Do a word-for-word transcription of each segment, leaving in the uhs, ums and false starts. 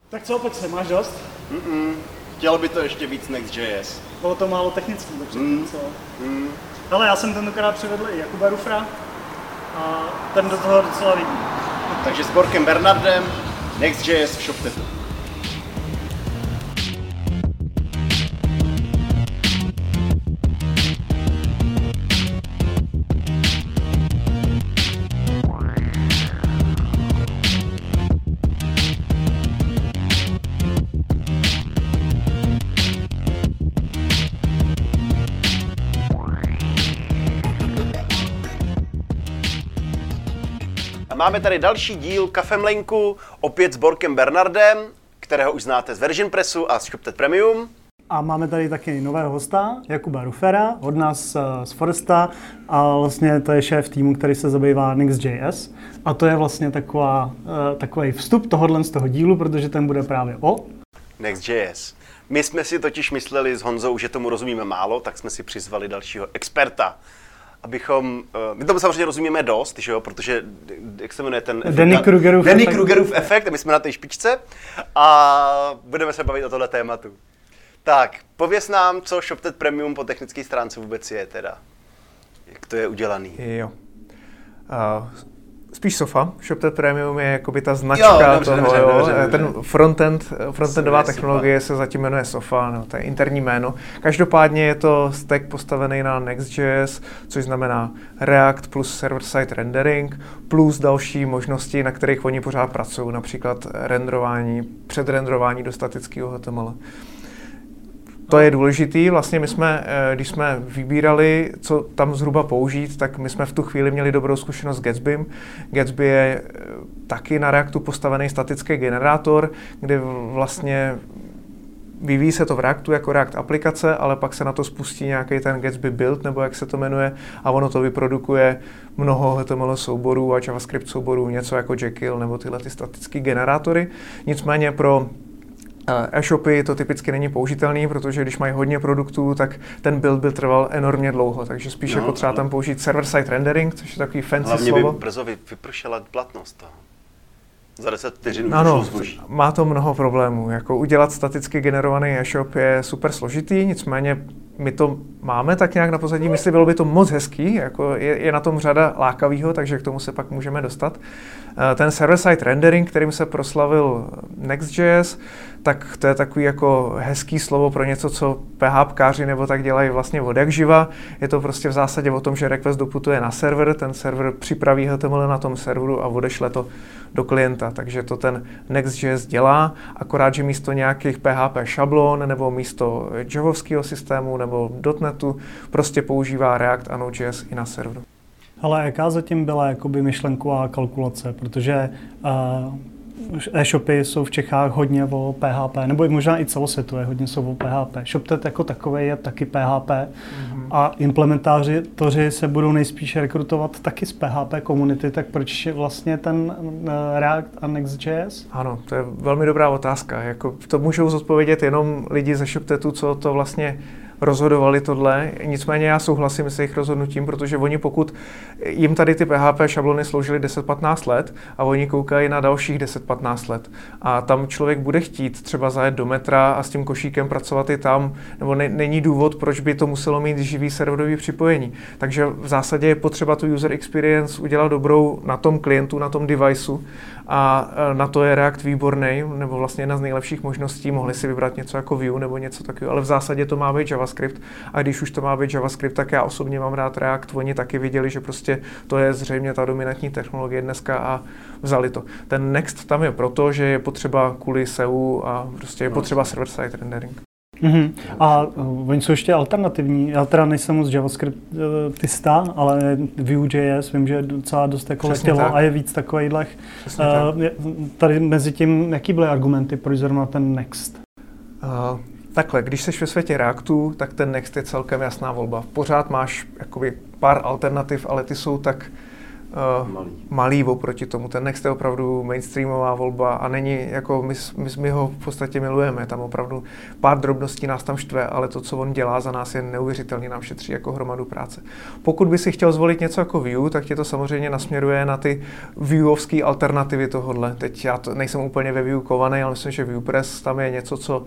Tak co, Petře, máš dost? Mm-mm. Chtěl by to ještě víc Next.js. Bylo to málo technický, takže mm. co? Mm. Hele, já jsem tentokrát přivedl i Jakuba Rufra a ten do toho docela vidí. Takže s Borkem Bernardem, Next.js v ShopTetu. Máme tady další díl Kafemlejnku, opět s Borkem Bernardem, kterého už znáte z Version Pressu a z ShopTet Premium. A máme tady taky nového hosta, Jakuba Rufera, od nás z Foresta, a vlastně to je šéf týmu, který se zabývá Next.js. A to je vlastně taková, takový vstup tohohle z toho dílu, protože ten bude právě o Next.js. My jsme si totiž mysleli s Honzou, že tomu rozumíme málo, tak jsme si přizvali dalšího experta. Abychom, my tomu samozřejmě rozumíme dost, že jo, protože, jak se jmenuje ten efekt? Danny Krugerův Danny efekt. Krugerův efekt, my jsme na té špičce a budeme se bavit o tohle tématu. Tak, pověz nám, co ShopTet Premium po technické stránce vůbec je teda. Jak to je udělaný? Jo. Uh, spíš sofa. ShopTet Premium je jakoby ta značka jo, dobře, toho, dobře, jo. Dobře, dobře, ten frontend, frontendová Sofa. technologie se zatím jmenuje Sofa, no, to je interní jméno. Každopádně je to stack postavený na Next.js, což znamená React plus server-side rendering, plus další možnosti, na kterých oni pořád pracují, například renderování, předrenderování do statického H T M L. To je důležitý. Vlastně my jsme, když jsme vybírali, co tam zhruba použít, tak my jsme v tu chvíli měli dobrou zkušenost s Gatsbym. Gatsby je taky na Reactu postavený statický generátor, kde vlastně vyvíjí se to v Reactu jako React aplikace, ale pak se na to spustí nějaký ten Gatsby build, nebo jak se to jmenuje, a ono to vyprodukuje mnoho H T M L souborů a JavaScript souborů, něco jako Jekyll nebo tyhle ty statické generátory. Nicméně pro e-shopy to typicky není použitelný, protože když mají hodně produktů, tak ten build by trval enormně dlouho, takže spíš no, je potřeba ale... tam použít server-side rendering, což je takový fancy hlavně slovo. Hlavně by brzo vypršela platnost toho. Za deset vteřin ano, už zboží. Má to mnoho problémů. Jako udělat staticky generovaný e-shop je super složitý, nicméně my to máme tak nějak na pozadí mysli, bylo by to moc hezký, jako je, je na tom řada lákavýho, takže k tomu se pak můžeme dostat. Ten server-side rendering, kterým se proslavil Next.js, tak to je takový jako hezký slovo pro něco, co PHPkáři nebo tak dělají vlastně od jak živa. Je to prostě v zásadě o tom, že request doputuje na server, ten server připraví H T M L na tom serveru a odešle to do klienta. Takže to ten Next.js dělá, akorát, že místo nějakých P H P šablon nebo místo javovského systému nebo dotnetu prostě používá React a Node.js i na serveru. Ale jaká zatím byla jakoby myšlenková kalkulace, protože uh, e-shopy jsou v Čechách hodně o P H P, nebo možná i celosvětové hodně jsou o P H P. ShopTet jako takový je taky P H P mm-hmm. a implementátoři se budou nejspíš rekrutovat taky z P H P komunity, tak proč vlastně ten uh, React a Next.js? Ano, to je velmi dobrá otázka. Jako, to můžou zodpovědět jenom lidi ze ShopTetu, co to vlastně rozhodovali tohle, nicméně já souhlasím s jejich rozhodnutím, protože oni pokud jim tady ty P H P šablony sloužily deset patnáct let a oni koukají na dalších deset patnáct let a tam člověk bude chtít třeba zajet do metra a s tím košíkem pracovat i tam, nebo ne, není důvod, proč by to muselo mít živý serverový připojení. Takže v zásadě je potřeba tu user experience udělat dobrou na tom klientu, na tom deviceu a na to je React výborný, nebo vlastně jedna z nejlepších možností, mohli si vybrat něco jako Vue nebo něco takového, ale v zásadě to má být JavaScript a když už to má být JavaScript, tak já osobně mám rád React, oni taky viděli, že prostě to je zřejmě ta dominantní technologie dneska a vzali to. Ten Next tam je proto, že je potřeba kvůli S E O a prostě je potřeba server-side rendering. Mm-hmm. A uh, oni jsou ještě alternativní. Já teda nejsem moc JavaScriptista, ale Vue.js vím, že je docela dost jako letělo a je víc takovýhlech. Uh, tady mezi tím, jaký byly argumenty, proč zrovna ten Next? Uh, takhle, když jsi ve světě Reactu, tak ten Next je celkem jasná volba. Pořád máš jakoby pár alternativ, ale ty jsou tak uh, malý. malý oproti tomu. Ten Next je opravdu mainstreamová volba a není jako, my, my, my ho v podstatě milujeme, tam opravdu pár drobností nás tam štve, ale to, co on dělá za nás, je neuvěřitelný, nám šetří jako hromadu práce. Pokud by si chtěl zvolit něco jako Vue, tak tě to samozřejmě nasměruje na ty Vueovské alternativy tohodle. Teď já to nejsem úplně ve Vue kovaný, ale myslím, že VuePress tam je něco, co...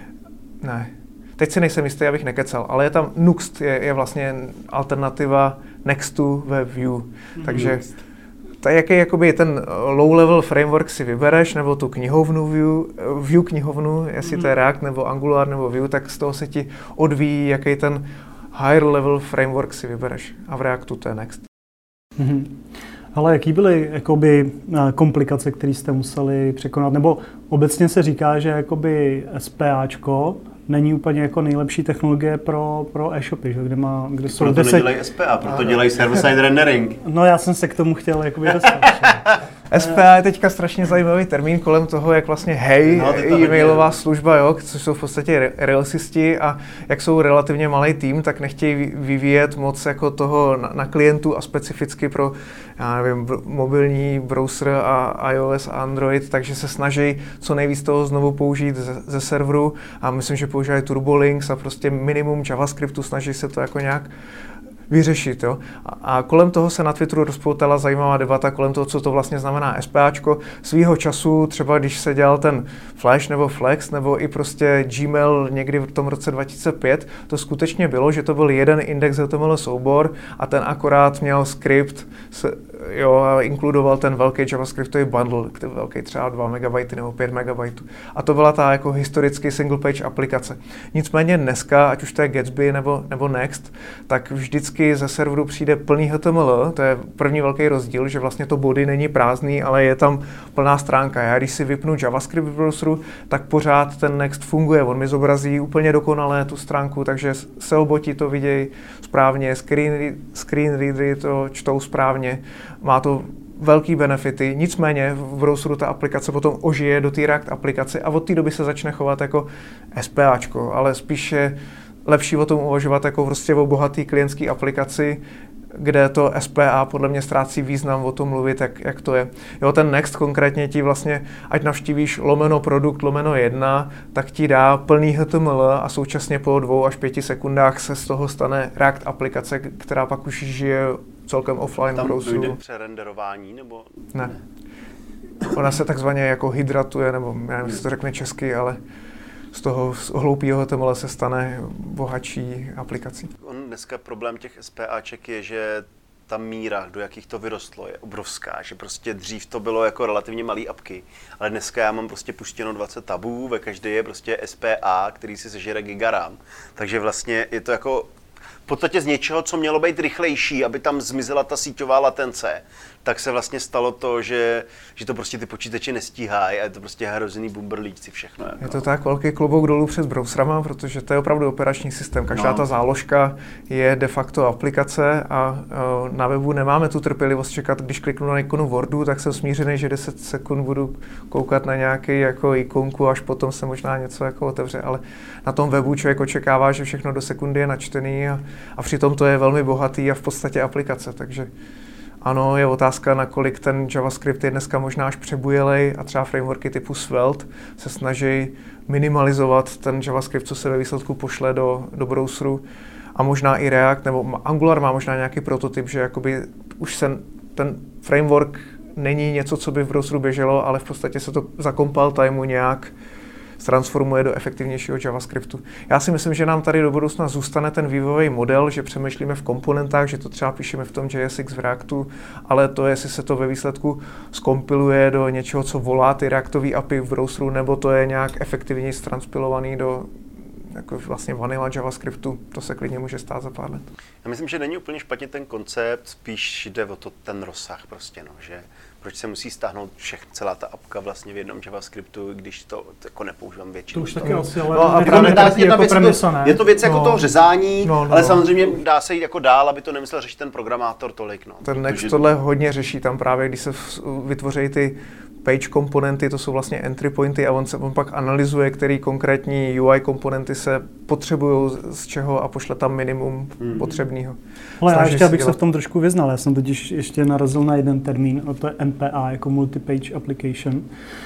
Ne. Teď si nejsem jistý, abych nekecal, ale je tam Nuxt, je, je vlastně alternativa Nextu ve Vue. Mm-hmm. Takže to, jaký jakoby ten low-level framework si vybereš, nebo tu knihovnu Vue, Vue knihovnu, jestli mm-hmm. to je React, nebo Angular, nebo Vue, tak z toho se ti odvíjí, jaký ten higher level framework si vybereš. A v Reactu to je Next. Mm-hmm. Ale jaký byly jakoby komplikace, které jste museli překonat? Nebo obecně se říká, že jakoby SPAčko není úplně jako nejlepší technologie pro, pro e-shopy, že? Kde, má, kde jsou proto deset... nedělají S P A, proto a... dělají server-side rendering. No já jsem se k tomu chtěl jakoby dostat. S P A je teďka strašně zajímavý termín kolem toho, jak vlastně hej, no, e-mailová služba, jo, což jsou v podstatě railsisti a jak jsou relativně malý tým, tak nechtějí vyvíjet moc jako toho na, na klientu a specificky pro, já nevím, br- mobilní browser a iOS a Android, takže se snaží co nejvíc toho znovu použít ze, ze serveru a myslím, že používají Turbolinks a prostě minimum JavaScriptu, snaží se to jako nějak vyřešit. Jo? A, a kolem toho se na Twitteru rozpoutala zajímavá debata kolem toho, co to vlastně znamená SPAčko. Svýho času, třeba když se dělal ten Flash nebo Flex, nebo i prostě Gmail někdy v tom roce dva tisíce pět, to skutečně bylo, že to byl jeden index H T M L soubor a ten akorát měl skript, s, jo, a inkludoval ten velký JavaScriptový bundle, který velký třeba dva megabajty nebo pět megabajtů. A to byla ta jako historicky single page aplikace. Nicméně dneska, ať už to je Gatsby nebo, nebo Next, tak vždycky ze serveru přijde plný H T M L, to je první velký rozdíl, že vlastně to body není prázdný, ale je tam plná stránka. Já když si vypnu JavaScript v browseru, tak pořád ten Next funguje, on mi zobrazí úplně dokonale tu stránku, takže S E O boti to vidějí správně, screen, screen readery to čtou správně, má to velký benefity, nicméně v browseru ta aplikace potom ožije do té React aplikace a od té doby se začne chovat jako SPAčko, ale spíše lepší o tom uvažovat jako prostě o bohatý klientský aplikaci, kde to S P A podle mě ztrácí význam o tom mluvit, jak, jak to je. Jo, ten Next konkrétně ti vlastně, ať navštívíš lomeno produkt, lomeno jedna, tak ti dá plný H T M L a současně po dvou až pěti sekundách se z toho stane React aplikace, která pak už žije celkem offline tam browseru. Tam dojde přerenderování, nebo? Ne. Ona se takzvaně jako hydratuje, nebo já nevím, jestli to řekne česky, ale z toho hloupýho H T M L se stane bohatší aplikací. On dneska problém těch SPAček je, že ta míra, do jakých to vyrostlo, je obrovská, že prostě dřív to bylo jako relativně malý apky, ale dneska já mám prostě puštěno dvacet tabů, ve každé je prostě S P A, který si sežere gigaram. Takže vlastně je to jako v podstatě z něčeho, co mělo být rychlejší, aby tam zmizela ta síťová latence, tak se vlastně stalo to, že, že to prostě ty počítače nestíhají a je to prostě hrozný bumberlíčci všechno. Jako. Je to tak, velký klobouk dolů před browserama, protože to je opravdu operační systém. Každá no. ta záložka je de facto aplikace a uh, na webu nemáme tu trpělivost čekat, když kliknu na ikonu Wordu, tak jsem smířený, že deset sekund budu koukat na nějaký jako ikonku, až potom se možná něco jako otevře, ale na tom webu člověk očekává, že všechno do sekundy je načtený a, a přitom to je velmi bohatý a v podstatě aplikace, takže ano, je otázka, nakolik ten JavaScript je dneska možná až přebujelej a třeba frameworky typu Svelte se snaží minimalizovat ten JavaScript, co se ve výsledku pošle do, do browseru a možná i React, nebo Angular má možná nějaký prototyp, že jakoby už se ten framework není něco, co by v browseru běželo, ale v podstatě se to za compile timeu nějak transformuje do efektivnějšího JavaScriptu. Já si myslím, že nám tady do budoucna zůstane ten vývojový model, že přemýšlíme v komponentách, že to třeba píšeme v tom J S X v Reactu, ale to, jestli se to ve výsledku zkompiluje do něčeho, co volá ty Reactový A P I v browseru, nebo to je nějak efektivněji transpilovaný do jako vlastně vanilla JavaScriptu, to se klidně může stát za pár let. Já myslím, že není úplně špatně ten koncept, spíš jde o to ten rozsah prostě, no, že proč se musí stáhnout všechno, celá ta apka vlastně v jednom JavaScriptu, když to jako nepoužívám většinou. To už taky asi, ale no, a je, to, dá, je, jako věc, premisa, ne? Je to věc jako no. toho řezání, no, no, ale no. samozřejmě dá se jít jako dál, aby to nemusel řešit ten programátor tolik. No, ten protože... Next tohle hodně řeší tam právě, když se vytvoří ty page komponenty, to jsou vlastně entry pointy a on se on pak analyzuje, který konkrétní U I komponenty se potřebují z čeho a pošle tam minimum mm. potřebného. Ale já ještě, abych se v tom trošku vyznal, já jsem totiž ještě narazil na jeden termín, a to je M P A, jako Multi-Page Application,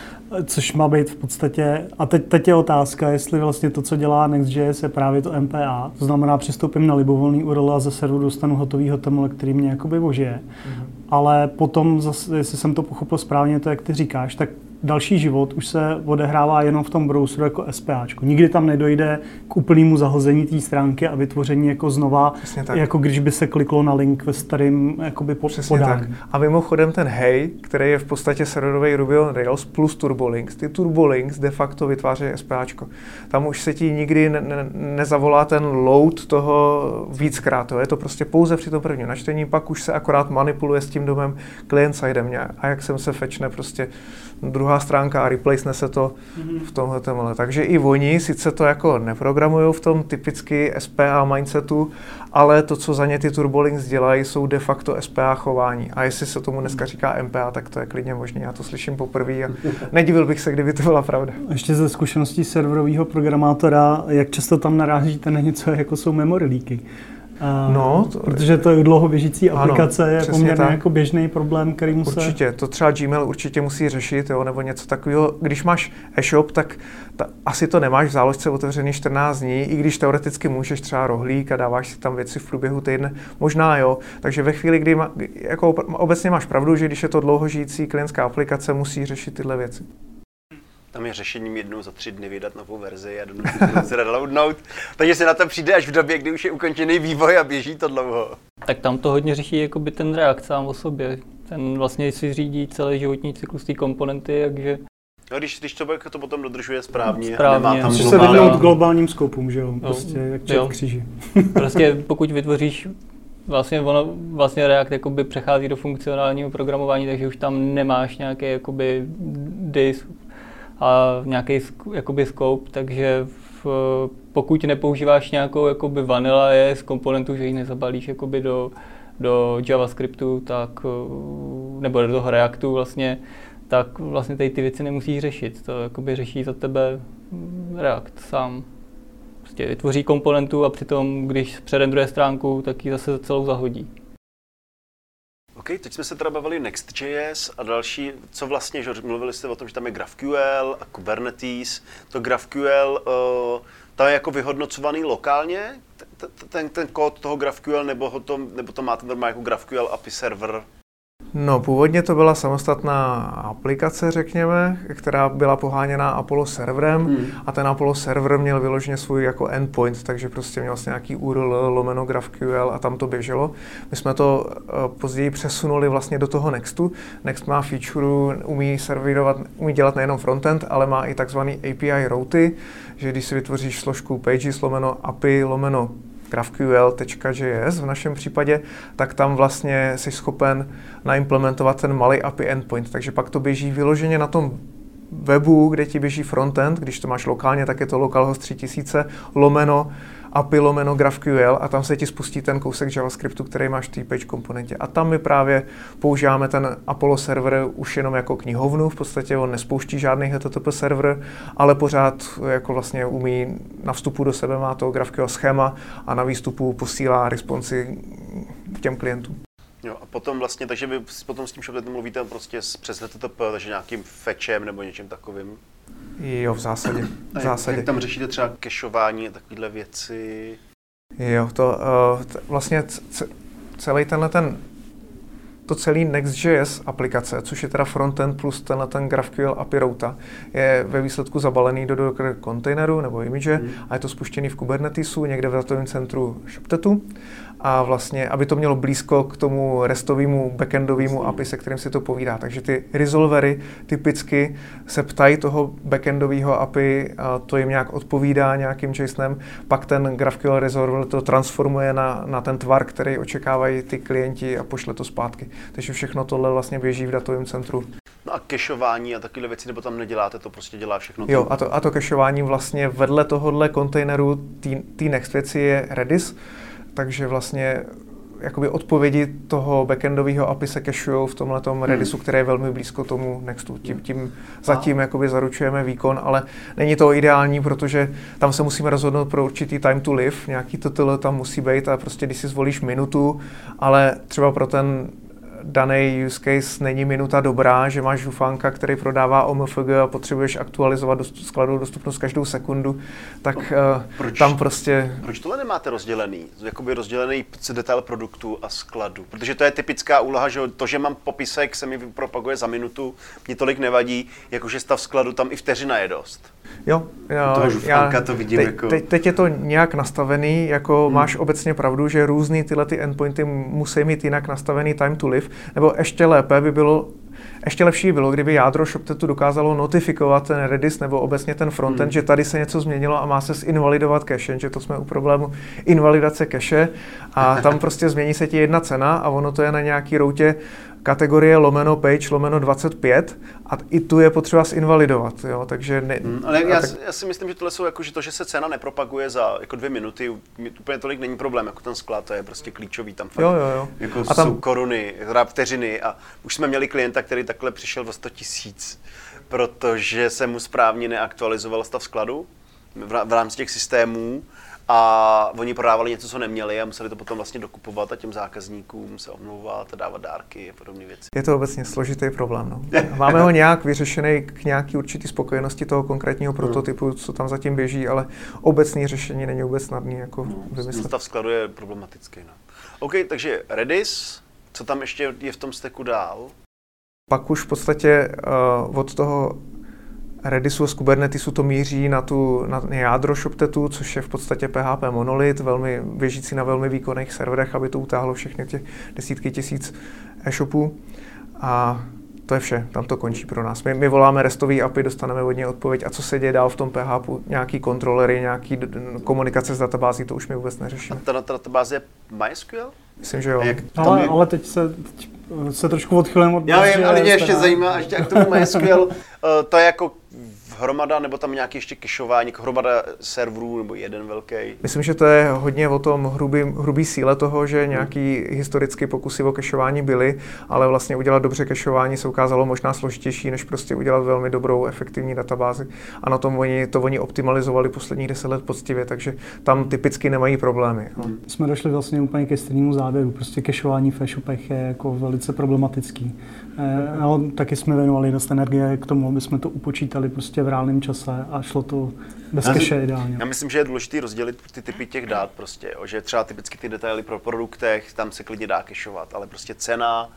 což má být v podstatě, a teď, teď je otázka, jestli vlastně to, co dělá Next.js, je právě to M P A, to znamená, přistoupím na libovolný U R L a ze serveru dostanu hotový H T M L, který mě jakoby vožije. Mm-hmm. Ale potom, zase, jestli jsem to pochopil správně, to, jak ty říkáš, tak další život už se odehrává jenom v tom browseru jako SPAčko. Nikdy tam nedojde k úplnému zahození té stránky a vytvoření jako znova, jako když by se kliklo na link ve starém jakoby po, podání. Tak. A mimochodem ten Hey, který je v podstatě serverový Ruby on Rails plus Turbolinks. Ty Turbolinks de facto vytvářejí SPAčko. Tam už se ti nikdy ne, ne, nezavolá ten load toho víckrát. Je to prostě pouze při tom prvním načtení, pak už se akorát manipuluje s tím domem client-sidem. A jak jsem se fetchne prostě druhá stránka a replace se to mm-hmm. v tomhle temhle. Takže i oni sice to jako neprogramují v tom typicky S P A mindsetu, ale to, co za ně ty Turbolinks dělají, jsou de facto S P A chování. A jestli se tomu dneska říká M P A, tak to je klidně možné. Já to slyším poprvé a nedivil bych se, kdyby to byla pravda. Ještě ze zkušeností serverového programátora, jak často tam narážíte na něco, jako jsou memory leaky? Uh, no, to, protože to je dlouho běžící aplikace, ano, je poměrně jako běžný problém, který musí... Určitě, to třeba Gmail určitě musí řešit, jo, nebo něco takového. Když máš e-shop, tak ta, asi to nemáš v záložce otevřený čtrnáct dní, i když teoreticky můžeš třeba rohlík a dáváš si tam věci v průběhu týdne, možná jo. Takže ve chvíli, kdy má, jako obecně máš pravdu, že když je to dlouho žijící klientská aplikace, musí řešit tyhle věci. Tam je řešením jednou za tři dny vydat novou verzi a se reloadnout. Takže se na to přijde až v době, kdy už je ukončený vývoj a běží to dlouho. Tak tam to hodně řeší jakoby ten React sám o sobě. Ten vlastně si řídí celý životní cyklus té komponenty, takže... No, když, když to, to potom dodržuje správně, správně. a nemá tam globální... se vyhnout globálním skopům, že jo? Prostě jo, jak čert v kříži. Prostě pokud vytvoříš Vlastně ono, vlastně React jakoby přechází do funkcionálního programování, takže už tam nemáš nějaký jakoby disk a nějaký jakoby scope, takže v, pokud nepoužíváš nějakou jakoby vanilla J S komponentu, že ji nezabalíš jakoby do, do JavaScriptu, tak, nebo do toho Reactu vlastně, tak vlastně tady ty věci nemusíš řešit. To jakoby řeší za tebe React sám. Prostě vytvoří komponentu a přitom, když předendruje stránku, tak ji zase celou zahodí. OK, teď jsme se teda bavili Next.js a další, co vlastně, že mluvili jste o tom, že tam je GraphQL a Kubernetes. To GraphQL, uh, tam je jako vyhodnocovaný lokálně, ten, ten, ten kód toho GraphQL, nebo, ho to, nebo to máte normálně jako GraphQL A P I server? No, původně to byla samostatná aplikace, řekněme, která byla poháněná Apollo serverem hmm. a ten Apollo server měl vyloženě svůj jako endpoint, takže prostě měl vlastně nějaký U R L lomeno GraphQL a tam to běželo. My jsme to uh, později přesunuli vlastně do toho Nextu. Next má feature, umí servírovat, umí dělat nejenom frontend, ale má i takzvaný A P I routy, že když si vytvoříš složku pages lomeno A P I lomeno GraphQL.js v našem případě, tak tam vlastně jsi schopen naimplementovat ten malý A P I endpoint. Takže pak to běží vyloženě na tom webu, kde ti běží frontend, když to máš lokálně, tak je to localhost tři tisíce lomeno A P I lomeno GraphQL a tam se ti spustí ten kousek JavaScriptu, který máš v té page komponentě. A tam my právě používáme ten Apollo server už jenom jako knihovnu, v podstatě on nespouští žádný H T T P server, ale pořád jako vlastně umí na vstupu do sebe má to GraphQL schéma a na výstupu posílá responsy k těm klientům. Jo, a potom vlastně, takže vy potom s tím shopem mluvíte prostě přes H T T P, takže nějakým fetchem nebo něčím takovým? Jo, v zásadě. V zásadě. Jak tam řešíte třeba cacheování a takovéhle věci? Jo, to uh, t- vlastně c- celý tenhle ten, to celý Next.js aplikace, což je teda frontend plus tenhle ten GraphQL A P I routa, je ve výsledku zabalený do Docker kontejneru nebo image hmm. a je to spuštěný v Kubernetesu, někde v datovém centru ShopTetu. A vlastně, aby to mělo blízko k tomu restovému backendovému A P I, se kterým si to povídá. Takže ty resolvery typicky se ptají toho backendového A P I, a to jim nějak odpovídá nějakým JSOnem, pak ten GraphQL resolver to transformuje na, na ten tvar, který očekávají ty klienti a pošle to zpátky. Takže všechno tohle vlastně běží v datovém centru. No a cacheování a takovéhle věci, nebo tam neděláte, to prostě dělá všechno? Jo, a to, a to cacheování vlastně vedle tohohle kontejneru té Next věci je Redis, takže vlastně jakoby odpovědi toho backendového A P I se cachujou v tomhletom Redisu, hmm. který je velmi blízko tomu Nextu. Tím, tím zatím jakoby zaručujeme výkon, ale není to ideální, protože tam se musíme rozhodnout pro určitý time to live, nějaký T T L tam musí být a prostě když si zvolíš minutu, ale třeba pro ten daný use case není minuta dobrá, že máš žufánka, který prodává O M F G a potřebuješ aktualizovat dost, skladovou dostupnost každou sekundu, tak no, proč, tam prostě... Proč tohle nemáte rozdělený? Jakoby rozdělený detail produktu a skladu? Protože to je typická úloha, že to, že mám popisek, se mi propaguje za minutu, mě tolik nevadí, jakože stav skladu tam i vteřina je dost. Jo, já, toho žufánka já, to vidím te, jako... Te, teď je to nějak nastavený, jako hmm. máš obecně pravdu, že různý tyhle ty endpointy musí mít jinak nastavený time to live, nebo ještě lépe by bylo, ještě lepší by bylo, kdyby jádro ShopTetu dokázalo notifikovat ten Redis nebo obecně ten frontend, hmm. že tady se něco změnilo a má se zinvalidovat cache, že to jsme u problému invalidace cache a tam prostě změní se ti jedna cena a ono to je na nějaký routě kategorie lomeno page lomeno dvacet pět a i tu je potřeba zinvalidovat, jo, takže... Ne, hmm, ale já, tak... já si myslím, že tohle jsou jako, že to, že se cena nepropaguje za jako dvě minuty, úplně tolik není problém, jako ten sklad, to je prostě klíčový, tam fakt, jo, jo, jo. jako a tam... jsou koruny, vteřiny a už jsme měli klienta, který takhle přišel o sto tisíc, protože se mu správně neaktualizoval stav skladu v, v rámci těch systémů a oni prodávali něco, co neměli a museli to potom vlastně dokupovat a těm zákazníkům se omlouvat a dávat dárky a podobné věci. Je to obecně složitý problém. No. Máme ho nějak vyřešený k nějaký určitý spokojenosti toho konkrétního prototypu, co tam zatím běží, ale obecné řešení není vůbec snadný jako no, vymyslet. Stav skladu je problematický. No. OK, takže Redis, co tam ještě je v tom stacku dál? Pak už v podstatě uh, od toho Redisu z Kubernetesu to míří na, tu, na jádro ShopTetu, což je v podstatě P H P monolit, velmi, běžící na velmi výkonných serverech, aby to utáhlo všechny těch desítky tisíc e-shopů. A to je vše, tam to končí pro nás. My, my voláme restový A P I, dostaneme od něj odpověď, a co se děje dál v tom P H P, nějaký kontrolery, nějaký d- komunikace s databází, to už my vůbec neřešíme. A ta databáze je MySQL? Myslím, že jo. Ale, ale teď se, teď se trošku odchylujeme od... Já vím, ale mě ještě zajímá, ještě k tomu MySQL, to je jako hromada, nebo tam nějaký ještě cacheování, jako hromada serverů, nebo jeden velký? Myslím, že to je hodně o tom hrubý, hrubý síle toho, že nějaký historicky pokusy o cacheování byly, ale vlastně udělat dobře cacheování se ukázalo možná složitější, než prostě udělat velmi dobrou, efektivní databázi. A na tom oni, to oni optimalizovali posledních deset let poctivě, takže tam typicky nemají problémy. No. Jsme došli vlastně úplně ke stejnému závěru. Prostě cacheování v e-shopech je jako velice problematický. E, ale taky jsme věnovali dost energie k tomu, aby jsme to upočítali prostě v reálném čase a šlo to bez cache ideálně. Já myslím, že je důležité rozdělit ty typy těch dat prostě, jo, že třeba typicky ty detaily pro produktech, tam se klidně dá cachovat, ale prostě cena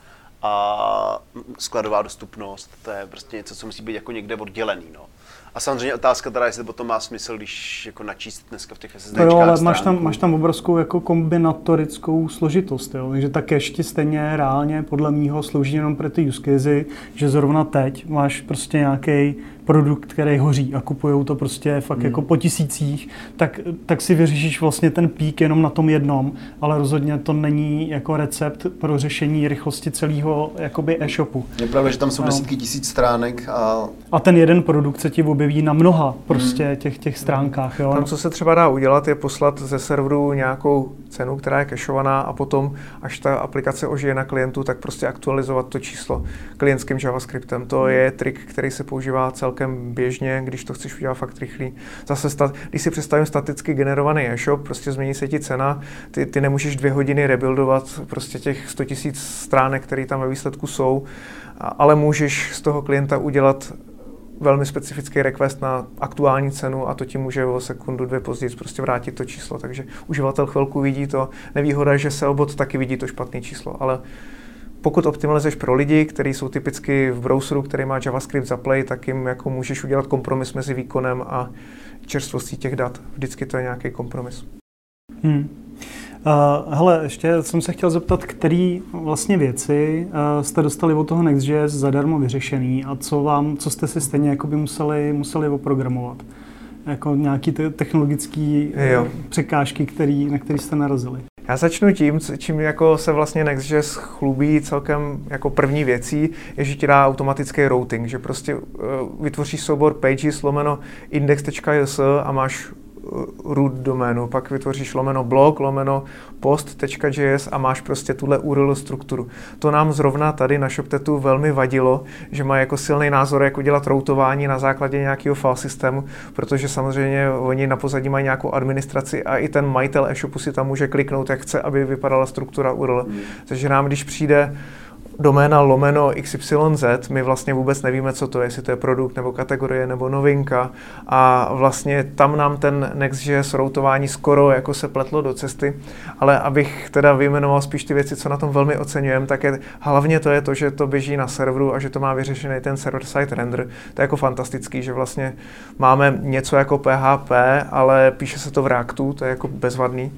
a skladová dostupnost, to je prostě něco, co musí být jako někde oddělený, no. A samozřejmě otázka teda, jestli potom má smysl, když jako načíst dneska v těch SSDčkách jo, ale máš tam, máš tam obrovskou jako kombinatorickou složitost, jo. Takže ta cache ti stejně reálně podle mýho slouží jenom pro ty use casey, že zrovna teď máš prostě nějaký produkt, který hoří a kupujou to prostě fakt hmm. jako po tisících, tak, tak si vyřešíš vlastně ten pík jenom na tom jednom, ale rozhodně to není jako recept pro řešení rychlosti celého jakoby e-shopu. Je pravda, že tam jsou no. desítky tisíc stránek a... A ten jeden produkt se ti objeví na mnoha prostě hmm. těch, těch stránkách. Jo? Tam, co se třeba dá udělat, je poslat ze serveru nějakou cenu, která je cachovaná a potom, až ta aplikace ožije na klientu, tak prostě aktualizovat to číslo klientským JavaScriptem. To je trik, který se používá celkem běžně, když to chceš udělat fakt rychlý. Zase, sta- když si představím staticky generovaný e-shop, prostě změní se ti cena, ty, ty nemůžeš dvě hodiny rebuildovat prostě těch sto tisíc stránek, které tam ve výsledku jsou, ale můžeš z toho klienta udělat velmi specifický request na aktuální cenu a to ti může o sekundu, dvě později prostě vrátit to číslo. Takže uživatel chvilku vidí to. Nevýhoda je, že SEObot taky vidí to špatné číslo, ale pokud optimalizuješ pro lidi, kteří jsou typicky v browseru, který má JavaScript za play, tak jim jako můžeš udělat kompromis mezi výkonem a čerstvostí těch dat. Vždycky to je nějaký kompromis. Hmm. Uh, hele, ještě jsem se chtěl zeptat, který vlastně věci uh, jste dostali od toho Next.js zadarmo vyřešený a co vám, co jste si stejně jakoby museli, museli oprogramovat? Jako nějaký te- technologický uh, překážky, který, na který jste narazili? Já začnu tím, čím jako se vlastně Next.js chlubí celkem jako první věcí, je, že ti dá automatický routing, že prostě uh, vytvoříš soubor pages lomeno index.js a máš root doménu, pak vytvoříš lomeno blog, lomeno post.js a máš prostě tuhle U R L strukturu. To nám zrovna tady na ShopTetu velmi vadilo, že má jako silný názor, jak udělat routování na základě nějakého file systému, protože samozřejmě oni na pozadí mají nějakou administraci a i ten majitel e-shopu si tam může kliknout, jak chce, aby vypadala struktura U R L. Hmm. Takže nám, když přijde doména lomeno X Y Z, my vlastně vůbec nevíme, co to je, jestli to je produkt nebo kategorie nebo novinka a vlastně tam nám ten Next.js routování skoro jako se pletlo do cesty, ale abych teda vyjmenoval spíš ty věci, co na tom velmi oceňujeme, tak je hlavně to je to, že to běží na serveru a že to má vyřešený ten server-side render. To je jako fantastický, že vlastně máme něco jako P H P, ale píše se to v Reactu, to je jako bezvadný.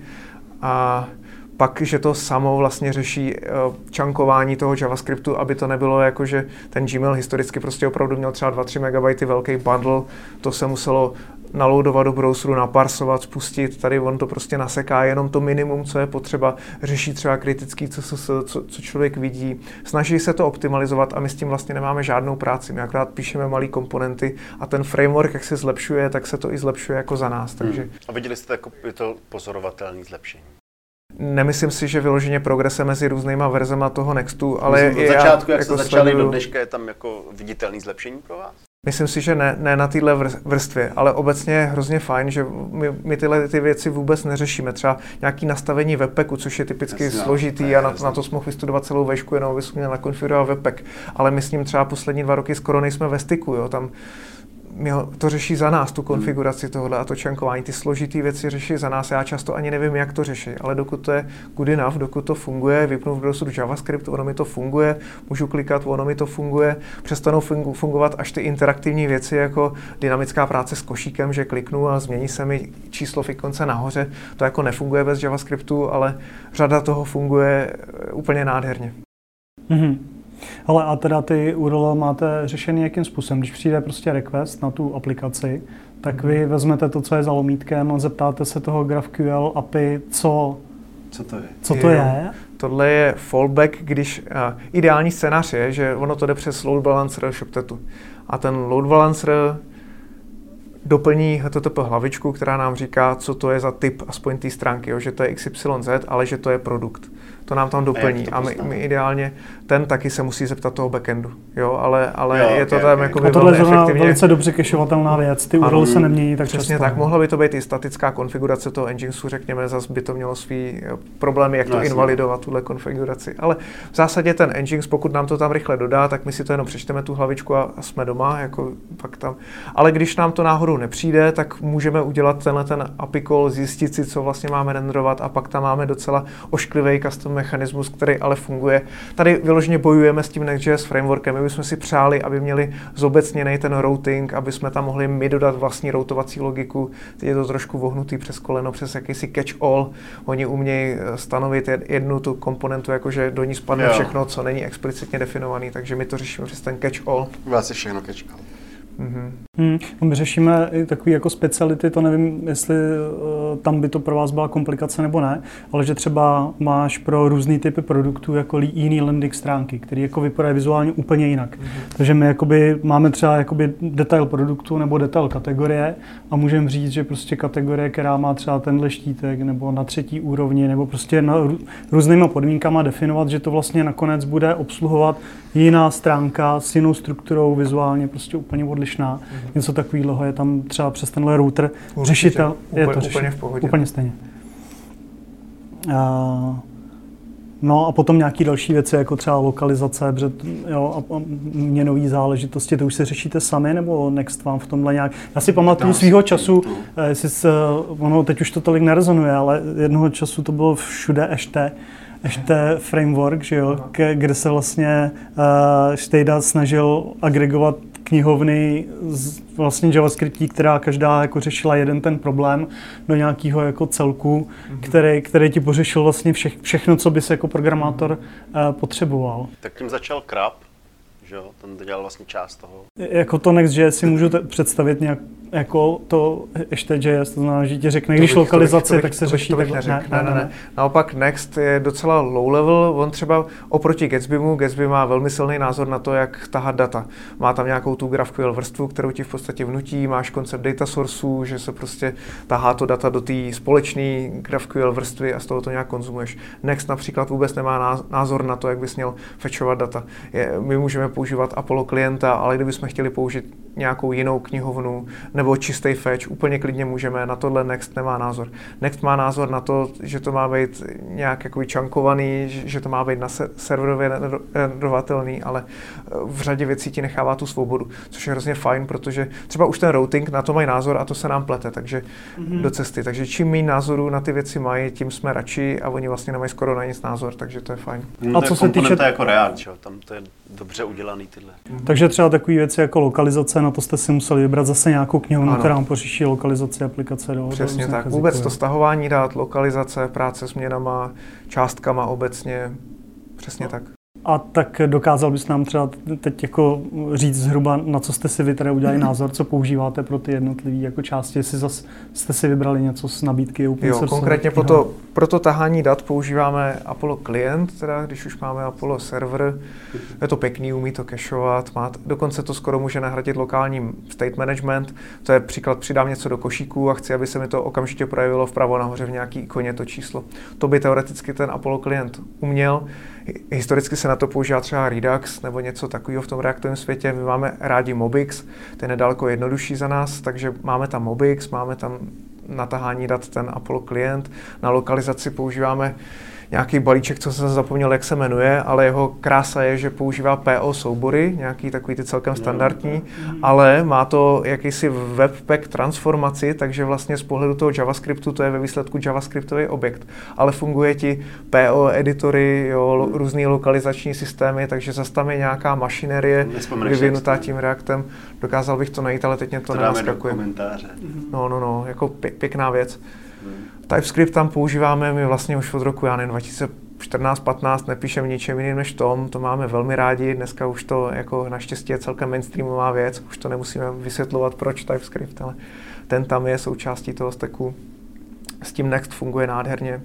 A pak, že to samo vlastně řeší uh, čankování toho JavaScriptu, aby to nebylo jako, že ten Gmail historicky prostě opravdu měl třeba dva tři megabajty velký bundle, to se muselo naloadovat do browseru, naparsovat, spustit, tady on to prostě naseká jenom to minimum, co je potřeba, řeší třeba kritický, co, co, co, co člověk vidí, snaží se to optimalizovat a my s tím vlastně nemáme žádnou práci, my akorát píšeme malý komponenty a ten framework, jak se zlepšuje, tak se to i zlepšuje jako za nás, takže... Hmm. A viděli jste jako je to pozorovatelné zlepšení? Nemyslím si, že vyloženě progrese mezi různýma verzema toho Nextu, ale Myslím, od začátku, jak jako jste začali, sleduju, do dneška je tam jako viditelný zlepšení pro vás? Myslím si, že ne, ne na téhle vrstvě, ale obecně je hrozně fajn, že my, my tyhle ty věci vůbec neřešíme. Třeba nějaké nastavení webpacku, což je typicky jasně, složitý ne, a na, na to jsme mohli vystudovat celou vešku, jenom abychom měli nakonfigurovat webpack. Ale my s ním třeba poslední dva roky skoro nejsme ve styku, jo, tam to řeší za nás, tu konfiguraci tohohle a to čankování. Ty složitý věci řeší za nás. Já často ani nevím, jak to řeší, ale dokud to je good enough, dokud to funguje, vypnu v browseru JavaScript, ono mi to funguje, můžu klikat, ono mi to funguje, přestanou fungovat až ty interaktivní věci, jako dynamická práce s košíkem, že kliknu a změní se mi číslo v ikonce nahoře. To jako nefunguje bez JavaScriptu, ale řada toho funguje úplně nádherně. Mm-hmm. Ale a teda ty U R L máte řešený jakým způsobem? Když přijde prostě request na tu aplikaci, tak vy vezmete to, co je za lomítkem a zeptáte se toho GraphQL A P I, co, co to je. Co to je? Tohle je fallback, když uh, ideální scénář je, že ono to jde přes load balancer ShopTetu. A ten load balancer doplní H T T P hlavičku, která nám říká, co to je za typ aspoň té stránky, jo, že to je X Y Z, ale že to je produkt. To nám tam doplní a, a my, my ideálně ten taky se musí zeptat toho backendu, jo, ale, ale jo, je to okay, tam okay. Jako tohle je efektivně velice dobře cacheovatelná věc, ty U R L se nemění tak přesně často. Tak, mohla by to být i statická konfigurace toho Nginxu, řekněme, zase by to mělo svý problémy, jak no, to jasný. invalidovat, tuhle konfiguraci, ale v zásadě ten Nginx, pokud nám to tam rychle dodá, tak my si to jenom přečteme tu hlavičku a, a jsme doma, jako pak tam, ale když nám to náhodou nepřijde, tak můžeme udělat tenhle ten A P I call, zjistit si, co vlastně máme renderovat a pak tam máme docela ošklivý custom mechanismus, který ale funguje. Tady vyloženě bojujeme s tím Next.js frameworkem. My bychom si přáli, aby měli zobecněnej ten routing, aby jsme tam mohli my dodat vlastní routovací logiku. Teď je to trošku vohnutý přes koleno, přes jakýsi catch-all. Oni umějí stanovit jednu tu komponentu, jakože do ní spadne jo. všechno, co není explicitně definovaný, takže my to řešíme přes ten catch-all. Vlastně všechno catch-all. Mm-hmm. Hmm, my řešíme i takové jako speciality, to nevím, jestli uh, tam by to pro vás byla komplikace nebo ne, ale že třeba máš pro různý typy produktů jako jiný landing stránky, které jako vypadají vizuálně úplně jinak. Mm-hmm. Takže my jakoby máme třeba jakoby detail produktu nebo detail kategorie a můžeme říct, že prostě kategorie, která má třeba tenhle štítek nebo na třetí úrovni nebo prostě na rů, různýma podmínkama definovat, že to vlastně nakonec bude obsluhovat jiná stránka s jinou strukturou, vizuálně prostě úplně odlišná. Mm-hmm. Něco takového je tam třeba přes tenhle router řešitel. Je to úplně v pohodě. Úplně stejně. Uh, no a potom nějaké další věci, jako třeba lokalizace, protože, jo, a, a měnové záležitosti, to už se řešíte sami, nebo Next vám v tomhle nějak... Já si pamatuju svýho času, jestli se, ono teď už to tolik nerezonuje, ale jednoho času to bylo všude ještě ještě framework, že jo, k, kde se vlastně uh, Štejda snažil agregovat knihovny z vlastně JavaScriptí, která každá jako řešila jeden ten problém do nějakého jako celku, mm-hmm. který, který ti pořešil vlastně vše, všechno, co bys jako programátor uh, potřeboval. Tak tím začal Krab, že jo? Ten to dělal vlastně část toho. Jako to Next.js si můžu te- představit nějak jako to ještě J S, to znamená, že ti řekne, když lokalizace, tak se řeší takhle. Ne, ne, ne, ne. Naopak Next je docela low level, on třeba oproti Gatsbymu, Gatsby má velmi silný názor na to, jak tahat data. Má tam nějakou tu GraphQL vrstvu, kterou ti v podstatě vnutí, máš koncept data sourceů, že se prostě tahá to data do té společné GraphQL vrstvy a z toho to nějak konzumuješ. Next například vůbec nemá názor na to, jak bys měl fetchovat data. Je, my můžeme používat Apollo klienta, ale kdybychom chtěli použít nějakou jinou knihovnu nebo čistý fetch, úplně klidně můžeme, na tohle Next nemá názor. Next má názor na to, že to má být nějak jakoby chunkovaný, že to má být na serverově renderovatelný, ale v řadě věcí ti nechává tu svobodu, což je hrozně fajn, protože třeba už ten routing na to mají názor a to se nám plete, takže mm-hmm. do cesty. Takže čím méně názorů na ty věci mají, tím jsme radši a oni vlastně nemají skoro na nic názor, takže to je fajn. No, a co se týče jako React, že? Tam to je dobře udělaný tyhle. Mm-hmm. Takže třeba takové věci jako lokalizace, na to jste si museli vybrat zase nějakou knihovnu, která vám pořeší lokalizaci aplikace do Přesně tak. Vůbec to stahování dát, lokalizace, práce s měnama, částkama obecně, přesně no. tak. A tak dokázal bys nám třeba teď jako říct zhruba, na co jste si vy teda udělali názor, co používáte pro ty jednotlivé jako části, jestli zase jste si vybrali něco z nabídky open source? Jo, konkrétně pro to, pro to tahání dat používáme Apollo Client, teda když už máme Apollo Server, je to pěkný, umí to cacheovat, má, dokonce to skoro může nahradit lokální state management, to je příklad, přidám něco do košíku a chci, aby se mi to okamžitě projevilo vpravo nahoře v nějaký ikoně to číslo. To by teoreticky ten Apollo Client uměl. Historicky se na to používá třeba Redux nebo něco takového v tom reaktovém světě. My máme rádi Mobix, ten je daleko jednodušší za nás, takže máme tam Mobix, máme tam na tahání dat ten Apollo Client. Na lokalizaci používáme nějaký balíček, co jsem zapomněl, jak se jmenuje, ale jeho krása je, že používá P O soubory, nějaký takový ty celkem standardní, ale má to jakýsi webpack transformaci, takže vlastně z pohledu toho JavaScriptu to je ve výsledku JavaScriptový objekt, ale funguje ti P O editory, jo, různý lokalizační systémy, takže zase tam je nějaká mašinerie vyvinutá tím Reactem. Dokázal bych to najít, ale teď mě to, to nenaskakuje. No, no, no, jako pěkná věc. TypeScript tam používáme, my vlastně už od roku, já nevím, dva tisíce čtrnáct patnáct nepíšeme ničem jiným než Tom, to máme velmi rádi, dneska už to jako naštěstí je celkem mainstreamová věc, už to nemusíme vysvětlovat, proč TypeScript, ale ten tam je součástí toho stacku. S tím Next funguje nádherně.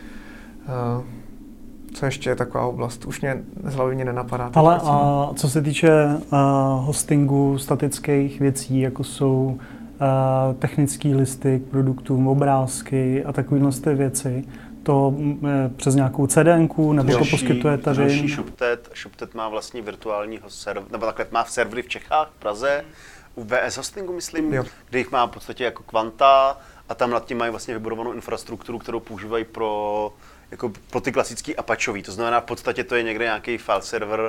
Uh, co ještě je taková oblast? Už mě z hlavy mě nenapadá. Ale a co se týče uh, hostingu statických věcí, jako jsou Uh, technické listy k produktům, obrázky a takovéhle ty věci, to je přes nějakou CDNku, nebo další, to poskytujete vy? Další ShopTet. ShopTet má vlastně virtuálního server, nebo takhle má v servery v Čechách, v Praze, u V S hostingu, myslím, jo. kde jich má v podstatě jako kvanta a tam nad tím mají vlastně vybudovanou infrastrukturu, kterou používají pro, jako pro ty klasický Apacheový. To znamená, v podstatě to je někde nějaký file server,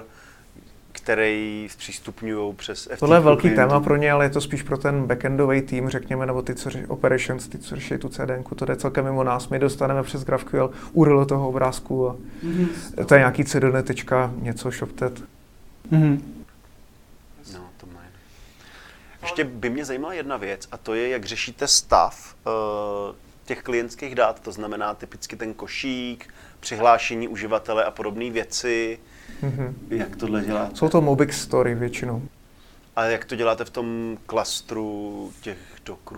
který zpřístupňují přes F T P. Tohle je velký klientu. Téma pro ně, ale je to spíš pro ten backendový tým, řekněme, nebo ty, co řeší operations, ty, co řeší tu CDNku, to jde celkem mimo nás. My dostaneme přes GraphQL U R L toho obrázku a mm-hmm. to je nějaký cdn tečka něco ShopTet. Mm-hmm. No, to mají. Ještě by mě zajímala jedna věc a to je, jak řešíte stav uh, těch klientských dat, to znamená typicky ten košík, přihlášení uživatele a podobné věci. Mm-hmm. Jak tohle děláte? Jsou to Mobix story většinou. A jak to děláte v tom klastru těch dockerů?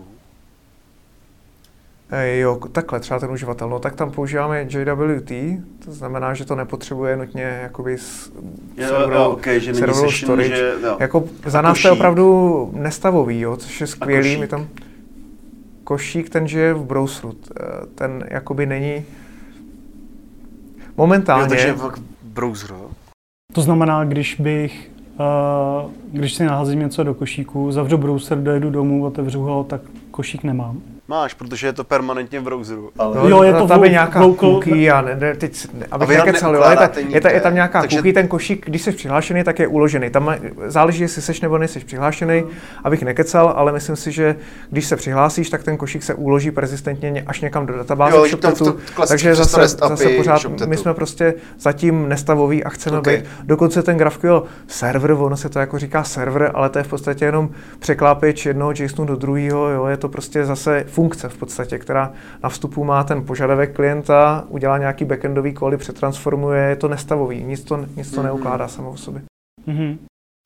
E, jo, takhle, třeba ten uživatel. No tak tam používáme J W T, to znamená, že to nepotřebuje nutně jakoby s serverovou okay, storage. Že, jako za nás to je opravdu nestavový, jo, což je skvělý. My tam košík, ten žije v browseru. Ten jakoby není momentálně... Jo, takže v browseru. To znamená, když bych, uh, když si naházím něco do košíku, zavřu browser, dojedu domů, otevřu ho, tak košík nemám. Máš, protože je to permanentně v browseru. Ale jo, je to tam je nějaká cookie a ne, ne, teď, abych nekecal, jo, je, ta, je, ta, je tam nějaká takže... cookie, ten košík, když jsi přihlášený, tak je uložený. Tam záleží, jestli seš nebo nejsi přihlášený, hmm. abych nekecal, ale myslím si, že když se přihlásíš, tak ten košík se uloží persistentně až někam do databáze v ShopTetu, takže zase, zase pořád ShopTetu. My jsme prostě zatím nestavoví a chceme okay. být. Dokonce ten GraphQL server, ono se to jako říká server, ale to je v podstatě jenom překlápěč jednoho JSONu do druhého, jo, je to prostě zase funkce v podstatě, která na vstupu má ten požadavek klienta, udělá nějaký backendový call, přetransformuje, je to nestavový, nic to, nic to mm-hmm. neukládá samo o sobě. Mm-hmm.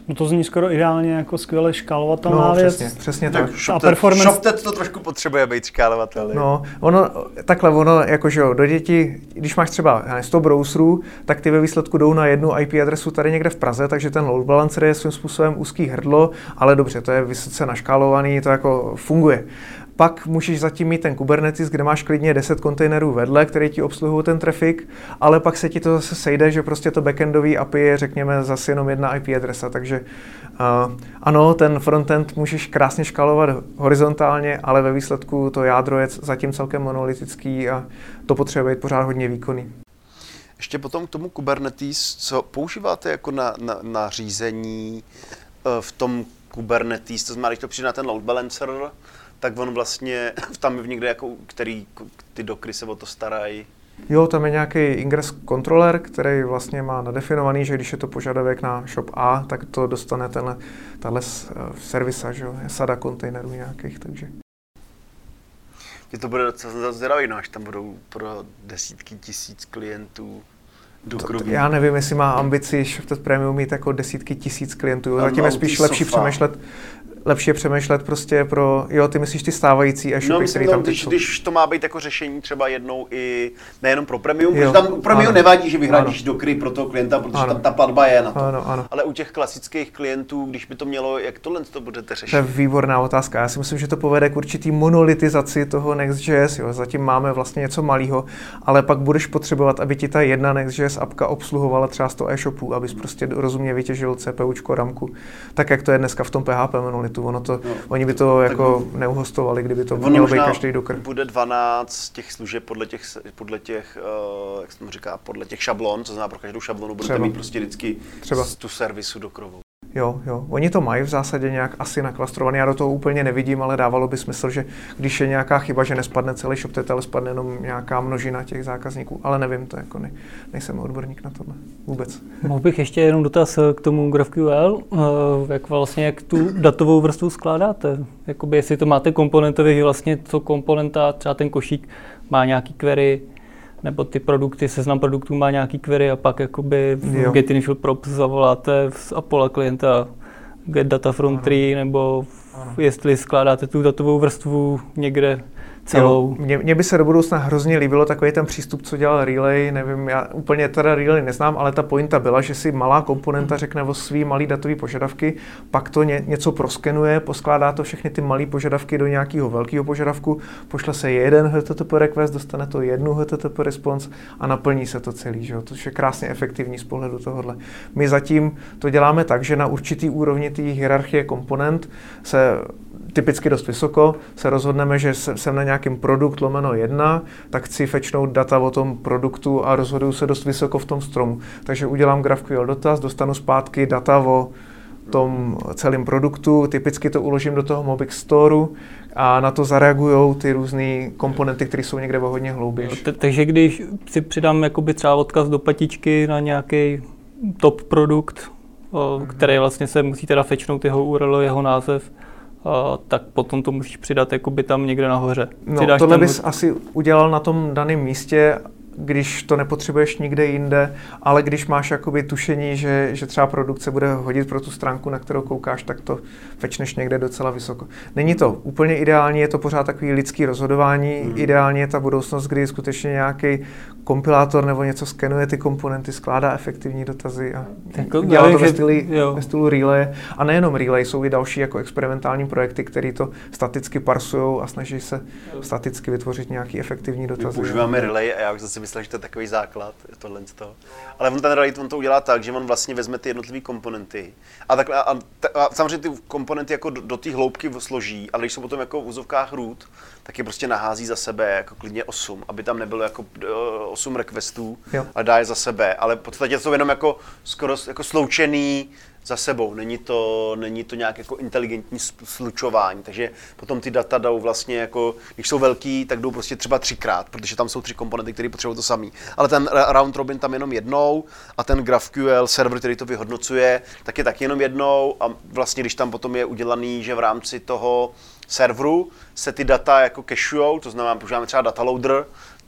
No to zní skoro ideálně jako skvěle škálovatelná no, věc. Přesně, přesně tak. tak. A performance... Shoptet to trošku potřebuje být škálovatelný. No, ono, takhle ono, jakože do dětí, když máš třeba sto browserů, tak ty ve výsledku jdou na jednu í pé adresu tady někde v Praze, takže ten load balancer je svým způsobem úzký hrdlo, ale dobře, to je vysoce naškálovaný, to jako funguje. Pak můžeš zatím mít ten Kubernetes, kde máš klidně deset kontejnerů vedle, které ti obsluhují ten trafik, ale pak se ti to zase sejde, že prostě to backendový á pé í je, řekněme, zase jenom jedna í pé adresa. Takže uh, ano, ten frontend můžeš krásně škálovat horizontálně, ale ve výsledku to jádro je zatím celkem monolitický a to potřebuje být pořád hodně výkonný. Ještě potom k tomu Kubernetes, co používáte jako na, na, na řízení uh, v tom Kubernetes, to znamená, když to přijde na ten load balancer, tak on vlastně tam je někde, jako, který ty dokry se o to starají. Jo, tam je nějaký ingress controller, který vlastně má nadefinovaný, že když je to požadavek na shop A, tak to dostane tenhle, tahle servisa, že jo, sada kontejnerů nějakých, takže. Je to bude docela zvědavý, no, až tam budou pro desítky tisíc klientů dokrový. Já nevím, jestli má ambici Shoptet Premium mít jako desítky tisíc klientů, zatím je spíš lepší přemýšlet, lepší je přemýšlet prostě pro, jo, ty myslíš ty stávající e-shopy, no, myslím, který tam když, teď když to má být jako řešení třeba jednou i nejenom pro Premium, jo, protože tam u Premium ano, nevadí, že vyhradíš dokry pro toho klienta, protože ano, tam ta platba je na to. Ano, ano. Ale u těch klasických klientů, když by to mělo, jak tohle to budete řešit? To je výborná otázka. Já si myslím, že to povede k určitý monolitizaci toho Next.js. Jo. Zatím máme vlastně něco malého, ale pak budeš potřebovat, aby ti ta jedna Next.js apka obsluhovala třeba sto e-shopů, abys prostě rozumně vytěžil CPUčko, ramku, tak jak to je dneska v tom P H P monolitu. Ono to, no, oni by to jako neuhostovali, kdyby to mělo být každý dokr. Bude dvanáct těch služeb podle těch, podle těch, uh, jak se tomu říká, podle těch šablon, co znamená pro každou šablonu budete mít prostě vždycky třeba tu servisu dokrovou. Jo, jo. Oni to mají v zásadě nějak asi naklastrovaný. Já do toho úplně nevidím, ale dávalo by smysl, že když je nějaká chyba, že nespadne celý Shoptet, ale spadne jenom nějaká množina těch zákazníků. Ale nevím, to jako ne, nejsem odborník na tohle vůbec. Mohl bych ještě jenom dotaz k tomu GraphQL, jak vlastně jak tu datovou vrstvu skládáte? Jakoby jestli to máte komponentově, že vlastně co komponenta, třeba ten košík má nějaký query, nebo ty produkty, seznam produktů má nějaký query a pak jakoby v get initial props zavoláte z Apollo klienta get data from tree, nebo ano, jestli skládáte tu datovou vrstvu někde celou. Mně, mně by se do budoucna hrozně líbilo takový ten přístup, co dělal Relay, nevím, já úplně teda Relay neznám, ale ta pointa byla, že si malá komponenta řekne o svý malý datový požadavky, pak to ně, něco proskenuje, poskládá to všechny ty malý požadavky do nějakého velkého požadavku, pošle se jeden H T T P request, dostane to jednu H T T P response a naplní se to celý, že jo? To je krásně efektivní z pohledu tohohle. My zatím to děláme tak, že na určitý úrovni té hierarchie komponent se typicky dost vysoko, se rozhodneme, že jsem na nějakým produkt lomeno jedna, tak chci fetchnout data o tom produktu a rozhoduju se dost vysoko v tom stromu. Takže udělám GraphQL dotaz, dostanu zpátky data o tom celém produktu, typicky to uložím do toho Mobix Storeu a na to zareagují ty různé komponenty, které jsou někde o hodně hloubější. Takže když si přidám jakoby třeba odkaz do patičky na nějaký top produkt, o, který vlastně se musí teda fetchnout jeho U R L, jeho název, a tak potom to musíš přidat jakoby tam někde nahoře. No, tohle bys hod... asi udělal na tom daném místě, když to nepotřebuješ nikde jinde, ale když máš jakoby tušení, že, že třeba produkce bude hodit pro tu stránku, na kterou koukáš, tak to fečneš někde docela vysoko. Není to úplně ideální, je to pořád takový lidský rozhodování. Hmm. Ideálně je ta budoucnost, kdy skutečně nějaký kompilátor nebo něco skenuje ty komponenty, skládá efektivní dotazy a jako, dělá to ve stylu, ve stylu Relay. A nejenom Relay, jsou i další jako experimentální projekty, které to staticky parsujou a snaží se staticky vytvořit nějaký efektivní dotazy. My používáme Relay a já už zase myslel, že to je takový základ, tohle z toho. Ale on ten Relay on to udělá tak, že on vlastně vezme ty jednotlivé komponenty a, takhle, a, a samozřejmě ty komponenty jako do, do té hloubky složí, ale když jsou potom jako v úzovkách root, tak je prostě nahází za sebe jako klidně osm, aby tam nebylo jako osm requestů, jo, a dá je za sebe, ale v podstatě jsou jenom jako skoro jako sloučený za sebou, není to, není to nějak jako inteligentní slučování, takže potom ty data jdou vlastně jako, když jsou velký, tak jdou prostě třeba třikrát, protože tam jsou tři komponenty, které potřebují to samý. Ale ten round robin tam jenom jednou a ten GraphQL server, který to vyhodnocuje, tak je taky jenom jednou a vlastně když tam potom je udělaný, že v rámci toho serveru se ty data jako cachujou, to znamená, používáme třeba dataloader,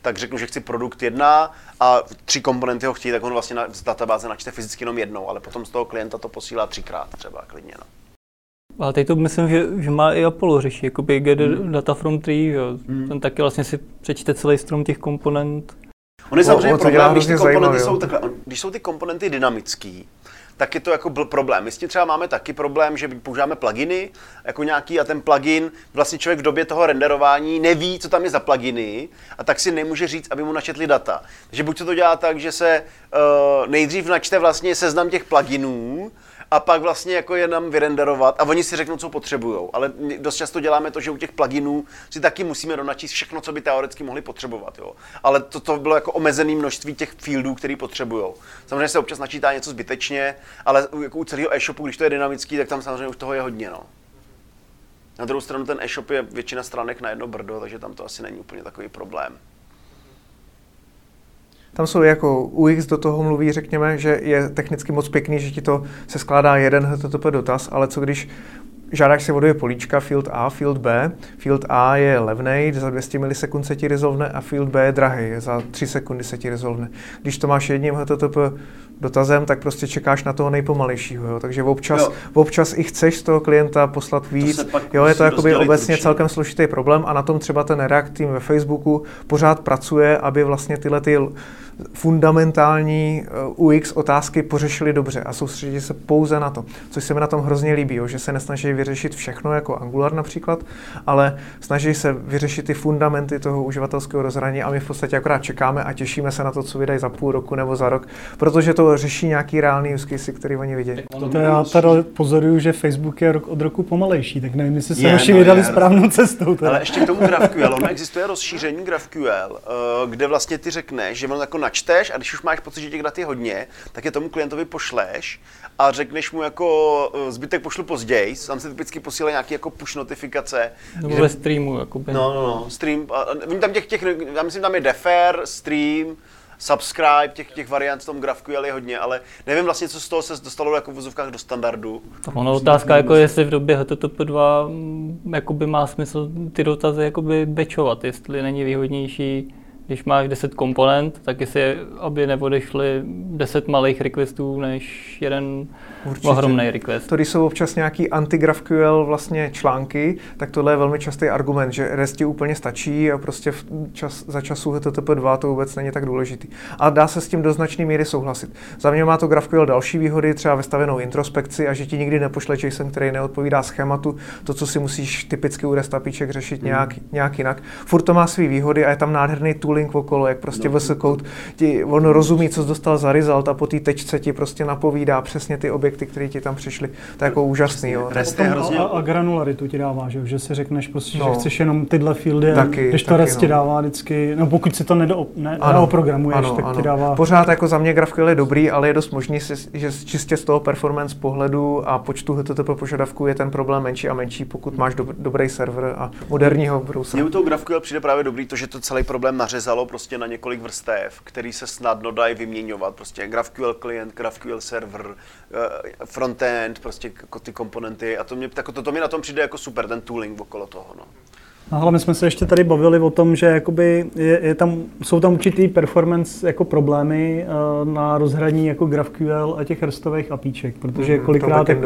tak řeknu, že chci produkt jedna a tři komponenty ho chtějí, tak on vlastně na, z databáze načte fyzicky jenom jednou, ale potom z toho klienta to posílá třikrát třeba klidně. No. Ale teď to myslím, že, že má i Apollo řeší, jakoby get hmm. data from tree, jo. Hmm. Ten taky vlastně si přečte celý strom těch komponent. On je samozřejmě o, problém, když ty komponenty zajímavý, jsou takhle, když jsou ty komponenty dynamický, tak je to jako byl problém. My s tím třeba máme taky problém, že používáme pluginy jako nějaký a ten plugin, vlastně člověk v době toho renderování neví, co tam je za pluginy a tak si nemůže říct, aby mu načetli data. Takže buď se to dělá tak, že se uh, nejdřív načte vlastně seznam těch pluginů a pak vlastně jako je nám vyrenderovat a oni si řeknou, co potřebujou. Ale dost často děláme to, že u těch pluginů si taky musíme donačíst všechno, co by teoreticky mohli potřebovat. Jo. Ale to, to bylo jako omezené množství těch fieldů, který potřebujou. Samozřejmě se občas načítá něco zbytečně, ale jako u celého e-shopu, když to je dynamický, tak tam samozřejmě už toho je hodně. No. Na druhou stranu ten e-shop je většina stránek na jedno brdo, takže tam to asi není úplně takový problém. Tam jsou jako U X do toho mluví, řekněme, že je technicky moc pěkný, že ti to se skládá jeden H T T P dotaz, ale co když žádáš si o dvě políčka, field A, field B. Field A je levnej, za dvě stě milisekund se ti rezolvne a field B je drahý, za tři sekundy se ti rezolvne. Když to máš jedním H T T P dotazem, tak prostě čekáš na toho nejpomalejšího, jo. Takže občas, občas i chceš z toho klienta poslat víc. Jo, je to jakoby obecně ručí. Celkem složitý problém a na tom třeba ten React tým ve Facebooku pořád pracuje, aby vlastně tyhle ty fundamentální U X otázky pořešili dobře a soustředí se pouze na to, což se mi na tom hrozně líbí, jo, že se nesnaží vyřešit všechno jako Angular například, ale snaží se vyřešit ty fundamenty toho uživatelského rozhraní a my v podstatě akorát čekáme a těšíme se na to, co vydají za půl roku nebo za rok, protože to řeší nějaký reálný use case, který oni vidějí. To já teda pozoruju, že Facebook je rok od roku pomalejší, tak nevím, jestli se naši no vydali je, správnou cestou. Teda. Ale ještě k tomu GraphQL, ono existuje rozšíření GraphQL, kde vlastně ty řekneš, že ono jako načteš a když už máš pocit, že těch dat je hodně, tak je tomu klientovi pošleš a řekneš mu jako zbytek pošlu později, tam se typicky posílají nějaké jako push notifikace. Nebo ve streamu, jakoby. No, no, no, stream, a tam těch, těch, já myslím, tam je defer, stream, subscribe, těch, těch variant v tom GraphQL je hodně, ale nevím vlastně, co z toho se dostalo jako v vozovkách do standardu. Ono otázka, jako jestli v době H T T P dva jakoby má smysl ty dotazy jakoby batchovat, jestli není výhodnější, když máš deset komponent, tak jestli, aby neodešly deset malých requestů než jeden ohromný request. To, když jsou občas nějaký anti-GraphQL vlastně články, tak tohle je velmi častý argument, že REST úplně stačí a prostě v čas, za času H T T P dva to vůbec není tak důležitý. A dá se s tím do značné míry souhlasit. Za mě má to GraphQL další výhody, třeba vestavenou introspekci a že ti nikdy nepošle JSON, který neodpovídá schématu, to, co si musíš typicky u REST APIček řešit mm. nějak, nějak jinak. Furt to má svý výhody a je tam nádherný tooling okolo, jak prostě no. V S Code ti, on rozumí, co jsi dostal za result a po té tečce ti prostě napovídá přesně ty objekty, které ti tam přišly. To je jako úžasný. Jo. A, a, a granularitu ti dává, že, že si řekneš prostě, no. Že chceš jenom tyhle fieldy, taky, když to REST no. Ti dává vždycky, no pokud si to nedo, ne, ano, neoprogramuješ, ano, tak ano. Ti dává... Pořád jako za mě GraphQL je dobrý, ale je dost možný, že čistě z toho performance pohledu a počtu H T T P požadavků je ten problém menší a menší, pokud máš do, dobrý server a moderního brousera. Mně u toho GraphQL přijde právě dobrý to, že to celý problém nařezalo prostě na několik vrstev, který se snadno dají vyměňovat. Prostě GraphQL klient, GraphQL server, frontend, prostě jako ty komponenty a to mě, tak to, to mě na tom přijde jako super, ten tooling okolo toho. No. No, ale my jsme se ještě tady bavili o tom, že jakoby je, je tam, jsou tam určitý performance jako problémy uh, na rozhraní jako GraphQL a těch restových apíček, protože mm, kolikrát je,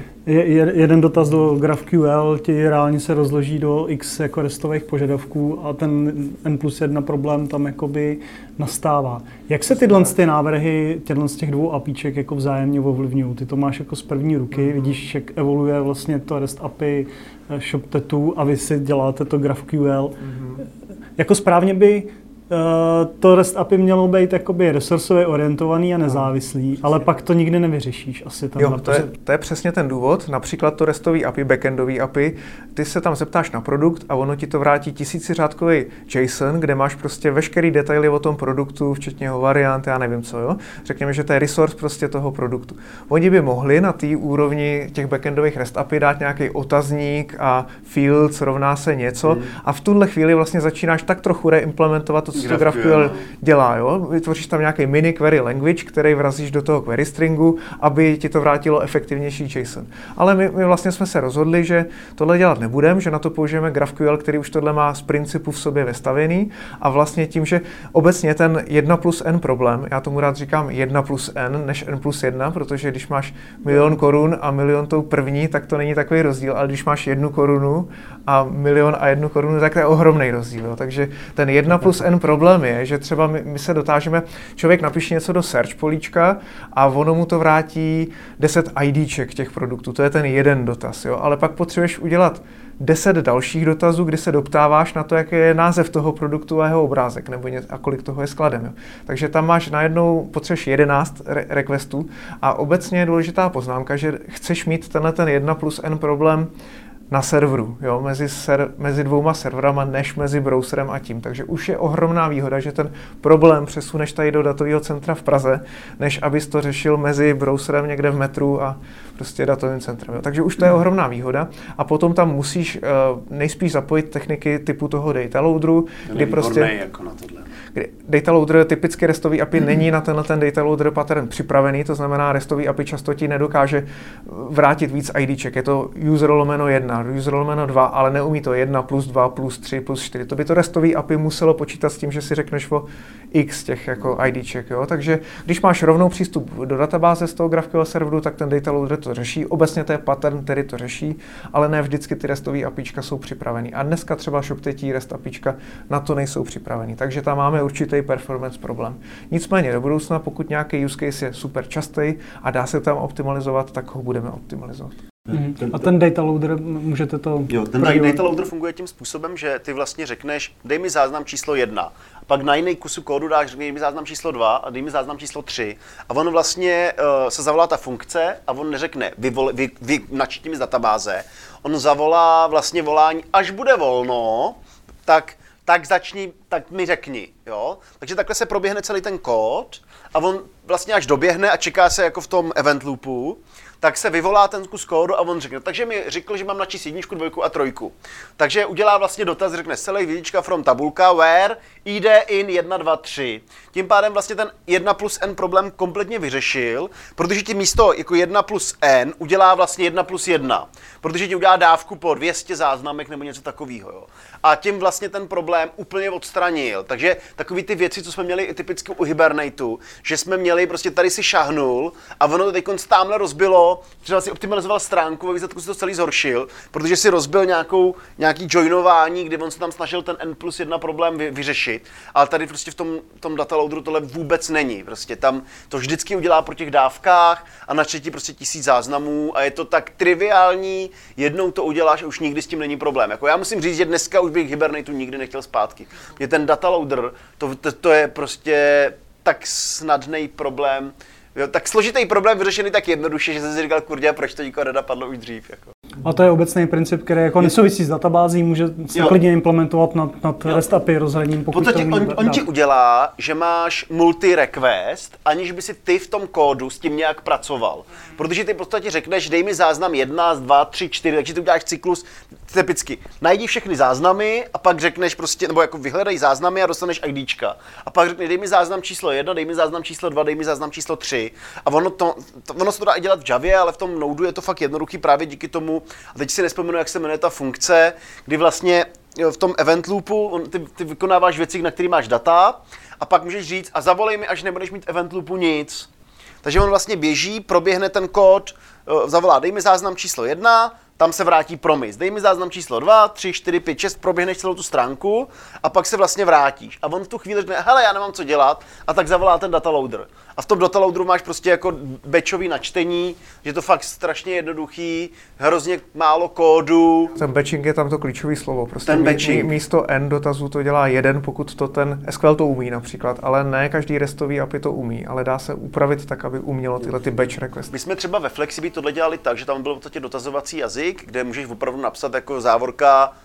je, jeden dotaz do GraphQL ti reálně se rozloží do x jako restových požadavků a ten N plus jedna problém tam jakoby nastává. Jak se tyhle ty návrhy těchto z těch dvou apíček jako vzájemně ovlivňují? Ty to máš jako z první ruky, vidíš, jak evoluje vlastně to REST A P I ShopTetu a vy si děláte to GraphQL. Mm-hmm. Jako správně by uh, to REST A P I mělo být jakoby resursově orientovaný a nezávislý, no, ale pak to nikdy nevyřešíš. Asi tam jo, to je, to je přesně ten důvod. Například to restový A P I, backendový A P I, ty se tam zeptáš na produkt a ono ti to vrátí tisíciřádkový JSON, kde máš prostě veškerý detaily o tom produktu, včetně jeho variant, já nevím co, jo. Řekněme, že to je resource prostě toho produktu. Oni by mohli na té úrovni těch backendových REST A P I dát nějaký otazník a fields rovná se něco hmm. a v tuhle chvíli vlastně začínáš tak trochu reimplementovat to, to GraphQL dělá. Jo? Vytvoříš tam nějaký mini query language, který vrazíš do toho query stringu, aby ti to vrátilo efektivnější JSON. Ale my, my vlastně jsme se rozhodli, že tohle dělat nebudeme, že na to použijeme GraphQL, který už tohle má z principu v sobě vestavěný a vlastně tím, že obecně ten jedna plus n problém, já tomu rád říkám jedna plus n než n plus jedna, protože když máš milion korun a milion tou první, tak to není takový rozdíl, ale když máš jednu korunu a milion a jednu korunu, tak to je ohromný rozdíl. Jo. Takže ten jedna plus n problém je, že třeba my, my se dotážeme, člověk napíše něco do search políčka a ono mu to vrátí deset IDček těch produktů, to je ten jeden dotaz, jo. Ale pak potřebuješ udělat deset dalších dotazů, kdy se doptáváš na to, jaký je název toho produktu a jeho obrázek, nebo ně, a kolik toho je skladem. Jo. Takže tam máš najednou, potřebuješ jedenáct re- requestů a obecně je důležitá poznámka, že chceš mít tenhle ten jedna plus n problém na serveru, jo, mezi, ser, mezi dvouma serverama, než mezi browserem a tím. Takže už je ohromná výhoda, že ten problém přesuneš tady do datového centra v Praze, než abys to řešil mezi browserem někde v metru a prostě datovým centrem. Jo. Takže už to je ohromná výhoda. A potom tam musíš uh, nejspíš zapojit techniky typu toho data loaderu, kdy prostě... jako na tohle. Kdy data loader, typicky restový A P I není na tenhle ten data loader pattern připravený, to znamená restový A P I často ti nedokáže vrátit víc IDček. Je to user lomeno jedna, user lomeno dva, ale neumí to jedna plus dva plus tři plus čtyři. To by to restový A P I muselo počítat s tím, že si řekneš o x těch jako IDček. Jo? Takže když máš rovnou přístup do databáze z toho GraphQL serveru, tak ten data loader to řeší. Obecně to je pattern, který to řeší, ale ne vždycky ty restový APIčka jsou připravený. A dneska třeba ShopTetí REST APIčka na to nejsou připravený. Takže tam máme určitý performance problém. Nicméně do budoucna, pokud nějaký use case je super častý a dá se tam optimalizovat, tak ho budeme optimalizovat. Mm. A ten data loader, můžete to... Jo, ten projevit. Data loader funguje tím způsobem, že ty vlastně řekneš, dej mi záznam číslo jedna, a pak na jiný kusu kódu dáš, dej mi záznam číslo dva a dej mi záznam číslo tři. A on vlastně uh, se zavolá ta funkce a on neřekne, vyvol, vy, vy načítí mi z databáze, on zavolá vlastně volání, až bude volno, tak tak začni, tak mi řekni, jo. Takže takhle se proběhne celý ten kód a on vlastně až doběhne a čeká se jako v tom event loopu, tak se vyvolá ten kus kódu a on řekne, takže mi řekl, že mám načíst jedničku, dvojku a trojku. Takže udělá vlastně dotaz, řekne select jednička from tabulka, where ide in jedna, dva, tři. Tím pádem vlastně ten jedna plus n problém kompletně vyřešil, protože ti místo jako jedna plus n udělá vlastně jedna plus jedna. Protože ti udělá dávku po dvě stě záznamek nebo něco takového. Jo. A tím vlastně ten problém úplně odstranil. Takže takový ty věci, co jsme měli i typicky u Hibernateu, že jsme měli, prostě tady si šahnul a ono to teď tamhle rozbilo, třeba si optimalizoval stránku, ve výsledku si to celý zhoršil, protože si rozbil nějakou, nějaký joinování, kdy on se tam snažil ten n plus jedna problém vy, vyřešit. Ale tady prostě v tom, tom data loaderu tohle vůbec není. Prostě tam to vždycky udělá pro těch dávkách a načetí prostě tisíc záznamů a je to tak triviální, jednou to uděláš a už nikdy s tím není problém. Jako já musím říct, že dneska už bych Hibernateu nikdy nechtěl zpátky. Mě ten data loader, to, to, to je prostě tak snadný problém, jo, tak složitý problém vyřešený tak jednoduše, že jsem si říkal, kurdě, proč to nikoho nenapadlo už dřív. Jako. A to je obecný princip, který jako nesouvisí s databází, může se jo. klidně implementovat nad, nad REST A P I rozhraním. V podstatě on, on ti udělá, že máš multi-request, aniž by si ty v tom kódu s tím nějak pracoval. Protože ty v podstatě řekneš, dej mi záznam jedna, dva, tři, čtyři, takže ty uděláš cyklus typicky. Najdi všechny záznamy a pak řekneš prostě, nebo jako vyhledaj záznamy a dostaneš IDčka. A pak řekneš, dej mi záznam číslo jedna, dej mi záznam číslo dva, dej mi záznam číslo tři. A ono, to, to, ono se to dá i dělat v Javě, ale v tom Nodeu je to fakt jednoduchý právě díky tomu. A teď si nespomenu, jak se jmenuje ta funkce, kdy vlastně v tom event loopu on, ty, ty vykonáváš věci, na který máš data a pak můžeš říct a zavolej mi, až nebudeš mít event loopu nic. Takže on vlastně běží, proběhne ten kód, zavolá, dej mi záznam číslo jedna, tam se vrátí promis. Dej mi záznam číslo dva, tři, čtyři, pět, šest, proběhneš celou tu stránku a pak se vlastně vrátíš. A on v tu chvíli řekne, hele, já nemám co dělat, a tak zavolá ten data loader. A v tom data loaderu máš prostě jako batchový načtení, že to fakt strašně jednoduchý, hrozně málo kódu. Ten batching je tam to klíčové slovo. Prostě ten batching. Místo n dotazů to dělá jeden, pokud to ten S Q L to umí například, ale ne každý restový A P I to umí, ale dá se upravit tak, aby umělo tyhle ty batch requesty. My jsme třeba ve Flexibit tohle dělali tak, že tam byl v podstatě dotazovací jazyk, kde můžeš opravdu napsat jako závorka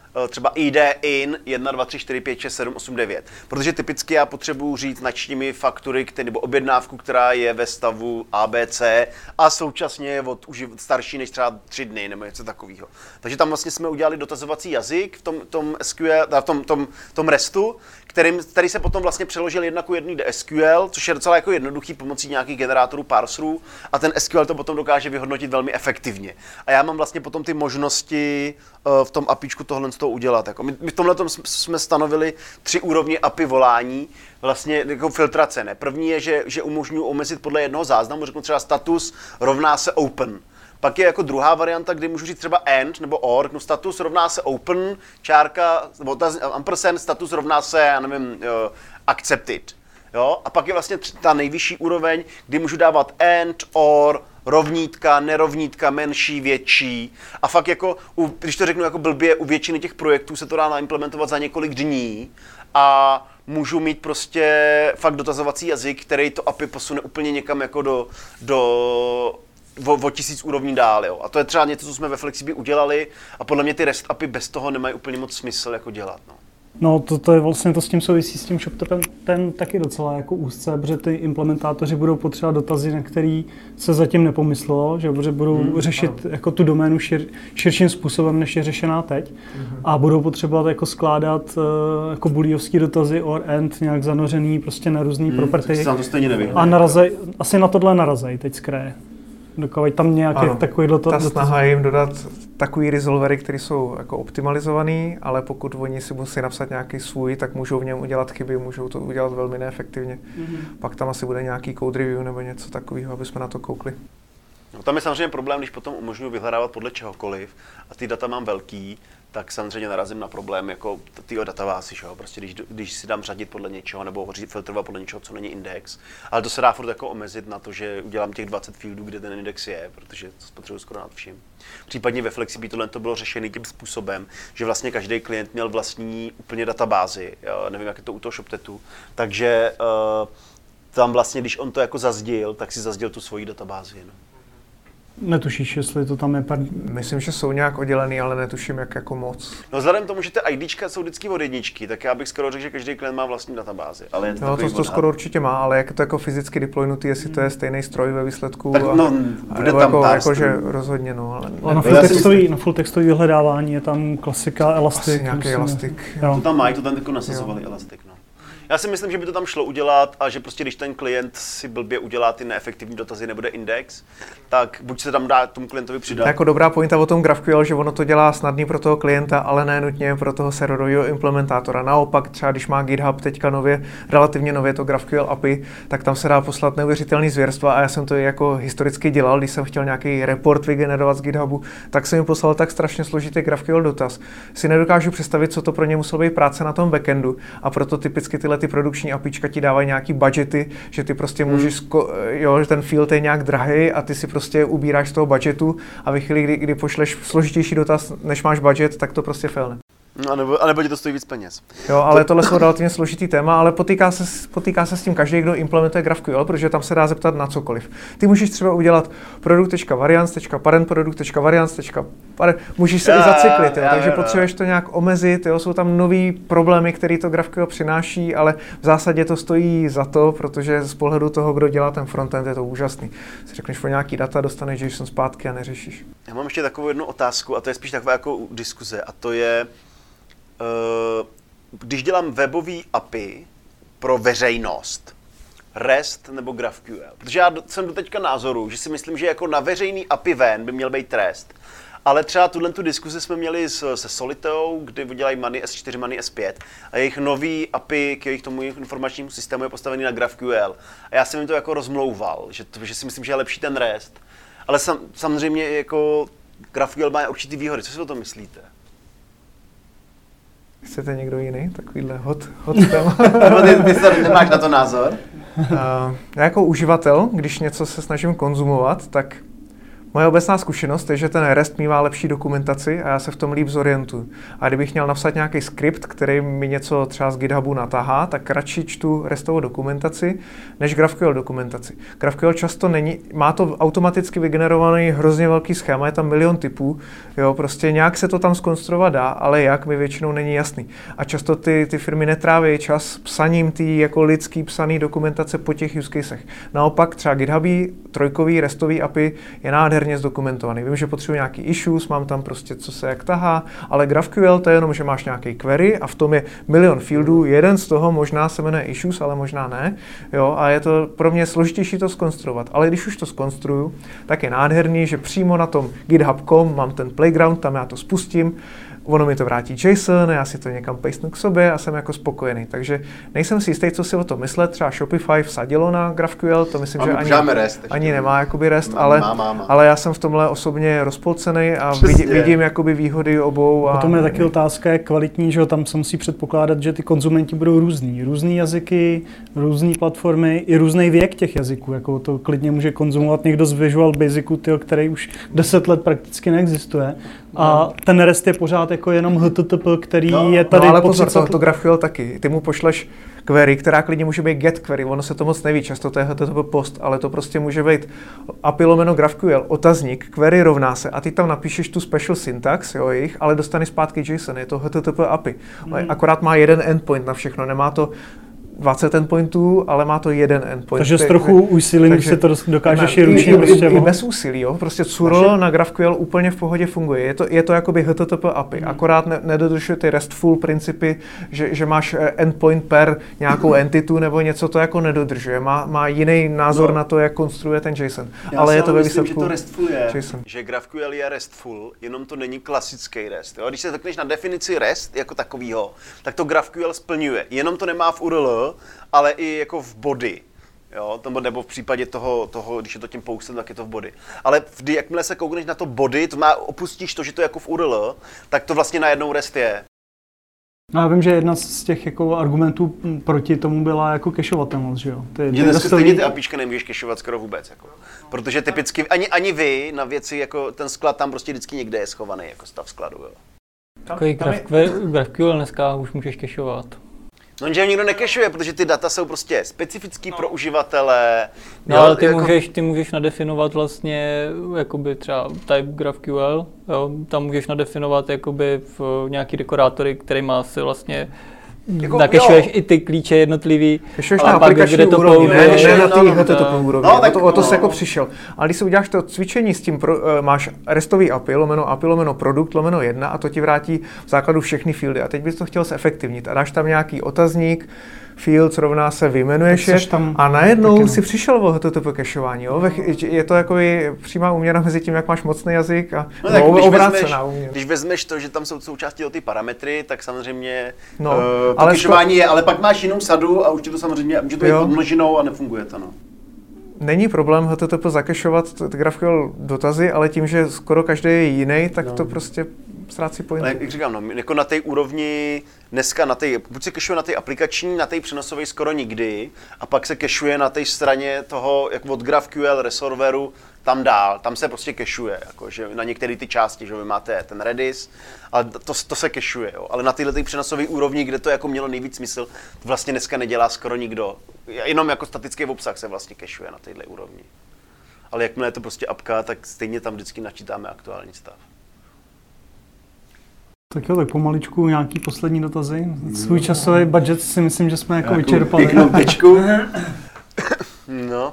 třeba I D in jedna, dva, tři, čtyři, pět, šest, sedm, osm, devět. Protože typicky já potřebuji říct značně mi faktury, který, nebo objednávku, která je ve stavu A B C a současně je od už starší než třeba tři dny nebo něco takového. Takže tam vlastně jsme udělali dotazovací jazyk v tom, tom S Q L, v tom, tom, tom RESTu, kterým, který se potom vlastně přeložil jedna ku jedný do S Q L, což je docela jako jednoduchý pomocí nějakých generátorů parserů a ten S Q L to potom dokáže vyhodnotit velmi efektivně. A já mám vlastně potom ty možnosti uh, v tom APIčku tohle z toho udělat. Jako my, my v tomhle jsme stanovili tři úrovně A P I volání, vlastně jako filtrace. Ne? První je, že, že umožňuji omezit podle jednoho záznamu, řeknu třeba status rovná se open. Pak je jako druhá varianta, kdy můžu říct třeba end nebo or, no status rovná se open, čárka, nebo ta ampersand, status rovná se, já nevím, uh, accepted. Jo? A pak je vlastně ta nejvyšší úroveň, kdy můžu dávat end, or, rovnítka, nerovnítka, menší, větší. A fakt jako, u, když to řeknu jako blbě, u většiny těch projektů se to dá naimplementovat za několik dní a můžu mít prostě fakt dotazovací jazyk, který to A P I posune úplně někam jako do, do O, o tisíc úrovní dál, jo. A to je třeba něco, co jsme ve Flexibi udělali a podle mě ty REST A P I bez toho nemají úplně moc smysl jako dělat, no. No, to, to je vlastně to s tím souvisí s tím ShopTapem, ten taky docela jako úzce, protože ty implementátoři budou potřebovat dotazy, na který se zatím nepomyslelo, že protože budou hmm, řešit ano. jako tu doménu šir, širším způsobem, než je řešená teď. Hmm. A budou potřebovat jako skládat uh, jako booleovský dotazy or end nějak zanořený prostě na různý hmm, property. To stejně nevím. A narazej, asi na tohle narazej teď z kraje. Dokud tam nějaký takovýhle to... Ta snaha je jim dodat takový resolvery, které jsou jako optimalizovaný, ale pokud oni si musí napsat nějaký svůj, tak můžou v něm udělat chyby, můžou to udělat velmi neefektivně. Mm-hmm. Pak tam asi bude nějaký code review nebo něco takového, aby jsme na to koukli. No, tam je samozřejmě problém, když potom umožňuji vyhledávat podle čehokoliv a ty data mám velký, tak samozřejmě narazím na problém jako ty databázy, že jo? Prostě když, když si dám řadit podle něčeho nebo filtrovat podle něčeho, co není index. Ale to se dá furt jako omezit na to, že udělám těch dvacet fieldů, kde ten index je, protože to spotřebuji skoro nad vším. Případně ve Flexibi tohle to bylo řešené tím způsobem, že vlastně každý klient měl vlastní úplně databázi, jo? Nevím, jak je to u toho ShopTetu, takže uh, tam vlastně, když on to jako zazdil, tak si zazdil tu svoji databázi. No. Netušíš, jestli to tam je pár... Myslím, že jsou nějak oddělený, ale netuším, jak jako moc. No vzhledem k tomu, že ty IDčka jsou vždycky od jedničky, tak já bych skoro řekl, že každý klient má vlastní databázi. Ale je to no, to, to skoro určitě má, ale jak je to jako fyzicky deploynutý, jestli to je stejný stroj ve výsledku. Tak no, a, bude tam jako, pár jako, že rozhodně, no. Ale ne, na, full textový, na full textový vyhledávání je tam klasika Elastic. Asi nějaký Elastic. To tam mají, to tam jako nasazovali Elastic, no. Já si myslím, že by to tam šlo udělat a že prostě když ten klient si blbě udělá ty neefektivní dotazy, nebude index, tak buď se tam dá tomu klientovi přidat. To je jako dobrá pointa o tom GraphQL, že ono to dělá snadný pro toho klienta, ale ne nutně pro toho serverového implementátora. Naopak třeba když má GitHub teďka nově, relativně nově to GraphQL A P I, tak tam se dá poslat neuvěřitelný zvěrstva a já jsem to jako historicky dělal, když jsem chtěl nějaký report vygenerovat z GitHubu, tak jsem jim poslal tak strašně složitý GraphQL dotaz. Si nedokážu představit, co to pro ně muselo být práce na tom backendu a proto typicky tyhle ty produkční APIčka ti dávají nějaký budgety, že ty prostě hmm. můžeš, jo, že ten field je nějak drahý a ty si prostě ubíráš z toho budgetu a ve chvíli, kdy, kdy pošleš složitější dotaz, než máš budget, tak to prostě failne. No, anebo, anebo ti to stojí víc peněz. Jo, ale to... tohle jsou relativně složitý téma, ale potýká se, potýká se s tím každý, kdo implementuje GraphQL, protože tam se dá zeptat na cokoliv. Ty můžeš třeba udělat product.variance.parent.variance. Můžeš se já, i zacyklit, jo, já, takže já, potřebuješ to nějak omezit, jo, jsou tam nový problémy, které to GraphQL přináší, ale v zásadě to stojí za to, protože z pohledu toho, kdo dělá ten frontend, je to úžasný. Si řekneš pro nějaký data, dostaneš JSON zpátky a neřešíš. Já mám ještě takovou jednu otázku a to je spíš taková jako diskuze a to je když dělám webový A P I pro veřejnost, REST nebo GraphQL, protože já jsem do teďka názoru, že si myslím, že jako na veřejný A P I ven by měl být REST, ale třeba tuhle tu diskuzi jsme měli s, se Solitou, kdy dělají Money S čtyři, Money S pět a jejich nový A P I k jejich tomu informačnímu systému je postavený na GraphQL a já jsem jim to jako rozmlouval, že, to, že si myslím, že je lepší ten REST, ale sam, samozřejmě jako GraphQL má určitý výhody, co si o tom myslíte? Chcete někdo jiný? Takovýhle hot, hot téma. Ty se nemáš na to názor? Uh, já jako uživatel, když něco se snažím konzumovat, tak Moje obecná zkušenost je, že ten REST mívá lepší dokumentaci a já se v tom líp zorientuju. A kdybych měl napsat nějaký skript, který mi něco třeba z GitHubu natahá, tak radši čtu RESTovou dokumentaci než GraphQL dokumentaci. GraphQL často není, má to automaticky vygenerovaný hrozně velký schéma, je tam milion typů, jo, prostě nějak se to tam zkonstruovat dá, ale jak mi většinou není jasný. A často ty, ty firmy netráví čas psaním tý jako lidský psaný dokumentace po těch use casech. Naopak třeba GitHubí trojkový RESTový A P I je nádherně zdokumentovaný. Vím, že potřebuji nějaký issues, mám tam prostě co se jak tahá, ale GraphQL to je jenom, že máš nějaký query a v tom je milion fieldů, jeden z toho možná se jmenuje issues, ale možná ne. Jo, a je to pro mě složitější to zkonstruovat. Ale když už to zkonstruju, tak je nádherný, že přímo na tom github tečka com mám ten playground, tam já to spustím, ono mi to vrátí JSON, já si to někam pastenu k sobě a jsem jako spokojený. Takže nejsem si jistý, co si o tom myslet. Třeba Shopify vsadilo na GraphQL, to myslím, Mám, že ani, rest, ani nemá jakoby REST, má, ale, má, má, má. ale já jsem v tomhle osobně rozpolcený a vidí, vidím jakoby výhody obou. A potom je taky otázka, jak kvalitní, že tam se musí předpokládat, že ty konzumenti budou různý. Různý jazyky, různé platformy i různý věk těch jazyků. Jako to klidně může konzumovat někdo z Visual Basicu, tyjo, který už deset let prakticky neexistuje. A ten REST je pořád jako jenom H T T P, který no, je tady... No ale pozor, to, to GraphQL taky. Ty mu pošleš query, která klidně může být get query, ono se to moc neví, často to je H T T P post, ale to prostě může být A P I lomeno GraphQL, otazník, query rovná se a ty tam napíšeš tu special syntax, jo, jejich, ale dostaneš zpátky JSON, je to H T T P A P I. Hmm. Akorát má jeden endpoint na všechno, nemá to dvacet endpointů, ale má to jeden endpoint. Takže s trochu úsilím si to dokážeš i ručně. I, i, i bez úsilí, jo. Prostě C U R L na GraphQL úplně v pohodě funguje. Je to, je to jakoby H T T P A P I, hmm. akorát ne, nedodržuje ty RESTful principy, že, že máš endpoint per nějakou entitu nebo něco, to jako nedodržuje. Má, má jiný názor no. na to, jak konstruuje ten JSON. Já ale je to ve myslím, výsledku že to RESTful je, JSON. že GraphQL je RESTful, jenom to není klasický REST. Jo? Když se řekneš na definici REST jako takovýho, tak to GraphQL splňuje. Jenom to nemá v U R L, ale i jako v body, jo, nebo v případě toho, toho, když je to tím postem, tak je to v body. Ale vždy, jakmile se koukneš na to body, to má, opustíš to, že to je jako v U R L, tak to vlastně najednou REST je. No já vím, že jedna z těch jako argumentů proti tomu byla jako cacheovatelnost, že jo? Ty, že dneska stejně ty APIčka nemůžeš cacheovat skoro vůbec, jako. Protože typicky, ani, ani vy na věci, jako ten sklad tam prostě vždycky někde je schovaný, jako stav skladu, jo. Takový GraphQL dneska už můžeš cachovat. No, že nikdo nekešuje, protože ty data jsou prostě specifický no. pro uživatele. No, jo, ale ty, jako... můžeš, ty můžeš nadefinovat vlastně jakoby třeba type GraphQL, jo, tam můžeš nadefinovat jakoby v nějaký dekorátory, který má si vlastně jako, nakešuješ jo. i ty klíče jednotlivý. Kešuješ na aplikační úrovni, ne, ne, ne na té H T T P úrovni. No, o to, o to no. se jako přišel. Ale když si uděláš to cvičení s tím, pro, uh, máš restový A P I, lomeno A P I, lomeno produkt, lomeno jedna a to ti vrátí v základu všechny fieldy. A teď bys to chtěl zefektivnit a dáš tam nějaký otazník, fields rovná se vyjmenuješ je a najednou si přišel o toto cacheování. Jo? Je to jako přímá úměra mezi tím, jak máš mocný jazyk a no, tak, když obrácená úměra. Když vezmeš to, že tam jsou součástí ty parametry, tak samozřejmě no, uh, to cacheování to... je, ale pak máš jinou sadu a už ti to samozřejmě, může to být pod množinou a nefunguje to. No. Není problém H T T P zakešovat GraphQL dotazy, ale tím, že skoro každý je jiný, tak no. to prostě ztrácí point. Ale jak říkám, no, jako na té úrovni dneska na té, buď se kešuje na té aplikační, na té přenosové skoro nikdy, a pak se kešuje na té straně toho, jak od GraphQL resolveru tam dál, tam se prostě kešuje, jako, že na některé ty části, že vy máte ten Redis, ale to, to se kešuje, jo. Ale na této přenosové úrovni, kde to jako mělo nejvíc smysl, to vlastně dneska nedělá skoro nikdo. Jenom jako statický obsah se vlastně kešuje na této úrovni. Ale jakmile je to prostě apka, tak stejně tam vždycky načítáme aktuální stav. Tak jo, tak pomaličku nějaký poslední dotazy. Svůj časový budget si myslím, že jsme jako, jako vyčerpali. Pěknou tečku. No.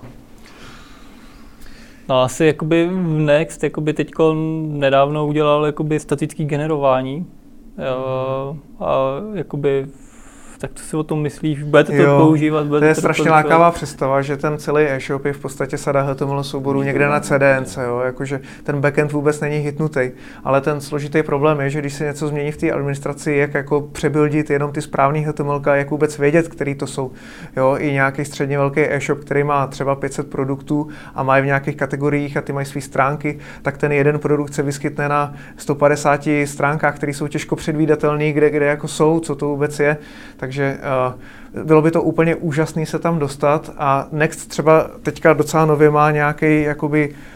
No asi jakoby Next jakoby teďko nedávno udělal jakoby statický generování. Jo, a jakoby tak co si o tom myslíš? Budete to jo, používat? Budete to je strašně lákavá představa, že ten celý e-shop je v podstatě sada H T M L souborů někde na C D N C, jo? Jakože ten backend vůbec není hitnutý. Ale ten složitý problém je, že když se něco změní v té administraci, jak jako přebuildit jenom ty správný H T M L, jak vůbec vědět, který to jsou. Jo? I nějaký středně velký e-shop, který má třeba pět set produktů a má v nějakých kategoriích a ty mají své stránky, tak ten jeden produkt se vyskytne na sto padesáti stránkách, které jsou těžko předvídatelné, kde, kde jako jsou, co to vůbec je. Takže uh, bylo by to úplně úžasné se tam dostat a Next třeba teďka docela nově má nějaký jakoby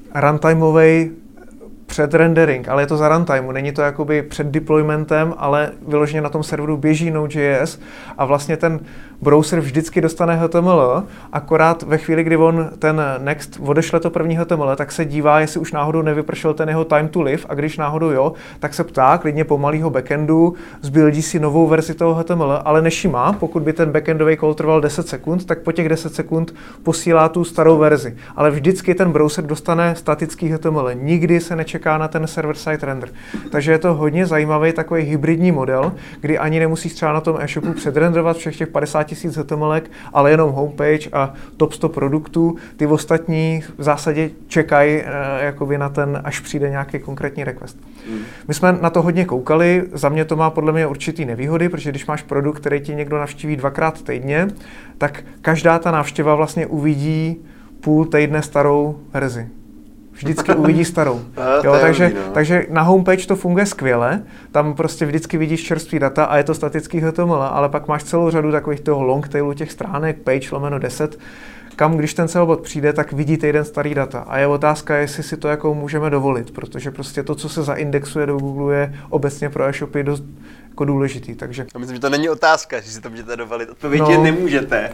runtimeový předrendering, ale je to za runtimeu, není to jakoby před deploymentem, ale vyloženě na tom serveru běží Node.js a vlastně ten browser vždycky dostane H T M L, akorát ve chvíli, kdy on ten next odešle to první H T M L, tak se dívá, jestli už náhodou nevypršel ten jeho time to live a když náhodou jo, tak se ptá klidně pomalýho backendu, zbuildí si novou verzi toho H T M L, ale nešimá, pokud by ten backendový call trval deset sekund, tak po těch deset sekund posílá tu starou verzi. Ale vždycky ten browser dostane statický H T M L, nikdy se nečeká na ten server-side render. Takže je to hodně zajímavý takový hybridní model, kdy ani nemusíš třeba na tom e-shopu předrenderovat všech těch padesát tisíc H T M L, ale jenom homepage a top sto produktů. Ty ostatní v zásadě čekají e, jakoby na ten, až přijde nějaký konkrétní request. Mm. My jsme na to hodně koukali, za mě to má podle mě určitý nevýhody, protože když máš produkt, který ti někdo navštíví dvakrát týdně, tak každá ta návštěva vlastně uvidí půl týdne starou verzi. Vždycky uvidí starou. Jo, takže, no. takže na homepage to funguje skvěle, tam prostě vždycky vidíš čerstvý data a je to statický H T M L, ale pak máš celou řadu takových toho long tailu těch stránek, page lomeno deset, kam když ten celobot přijde, tak vidí týden starý data. A je otázka, jestli si to jako můžeme dovolit, protože prostě to, co se zaindexuje do Google, je obecně pro e-shopy dost jako důležitý, takže... Já myslím, že to není otázka, že si to můžete dovolit. Odpověď no, nemůžete.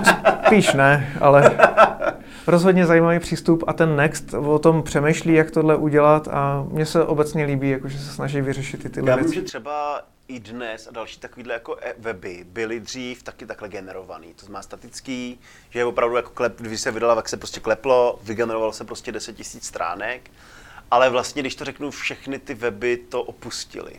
Spíš ne, ale rozhodně zajímavý přístup a ten Next o tom přemýšlí, jak tohle udělat a mně se obecně líbí, jako, že se snaží vyřešit ty tyhle Já věci. vím, že třeba i dnes a další takovýhle jako weby byly dřív taky takhle generovaný. To znamená statický, že je opravdu jako klep, když se vydala, tak se prostě kleplo, vygenerovalo se prostě deset tisíc stránek, ale vlastně, když to řeknu, všechny ty weby to opustili.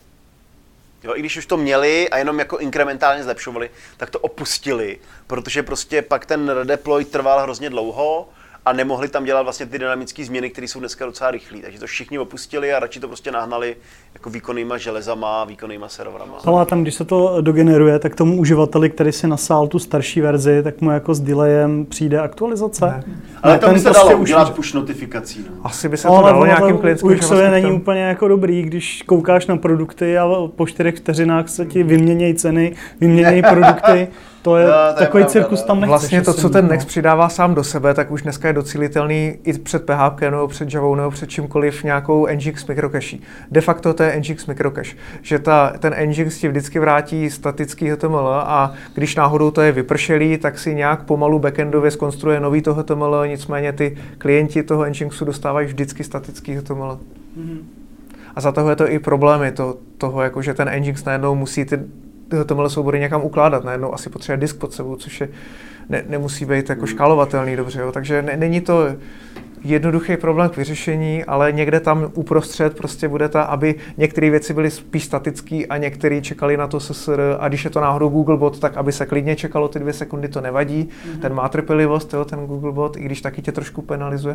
Jo, i když už to měli a jenom jako inkrementálně zlepšovali, tak to opustili, protože prostě pak ten redeploy trval hrozně dlouho a nemohli tam dělat vlastně ty dynamické změny, které jsou dneska docela rychlé. Takže to všichni opustili a radši to prostě nahnali jako výkonnýma železama, výkonnýma serverama. Ale tam, když se to dogeneruje, tak tomu uživateli, který si nasál tu starší verzi, tak mu jako s delayem přijde aktualizace. Ne. Ale to by se dalo udělat push notifikací. No. Asi by se to dalo nějakým klientským javascriptem. U X není úplně jako dobrý, když koukáš na produkty a po čtyřech vteřinách se ti vyměnějí ceny, vyměnějí produkty. To je, no, to takový je pravda, cirkus tam nechceš. Vlastně to, co ten Next přidává sám do sebe, tak už dneska je docílitelný i před P H P nebo před Javou nebo před čímkoliv nějakou Nginx microcache. De facto to je Nginx microcache, že ta, ten Nginx ti vždycky vrátí statický H T M L a když náhodou to je vypršelý, tak si nějak pomalu backendově zkonstruuje nový to H T M L, nicméně ty klienti toho Nginxu dostávají vždycky statický H T M L. Mm-hmm. A za toho je to i problémy to, toho, jako že ten Nginx najednou musí ty H T M L soubory někam ukládat, najednou asi potřebuje disk pod sebou, což je, ne, nemusí být jako škálovatelný dobře, jo. Takže ne, není to jednoduchý problém k vyřešení, ale někde tam uprostřed prostě bude ta, aby některé věci byly spíš statické a některé čekali na to S S R a když je to náhodou Googlebot, tak aby se klidně čekalo ty dvě sekundy, to nevadí. Mm-hmm. Ten má trpělivost, jo, ten Googlebot, i když taky tě trošku penalizuje.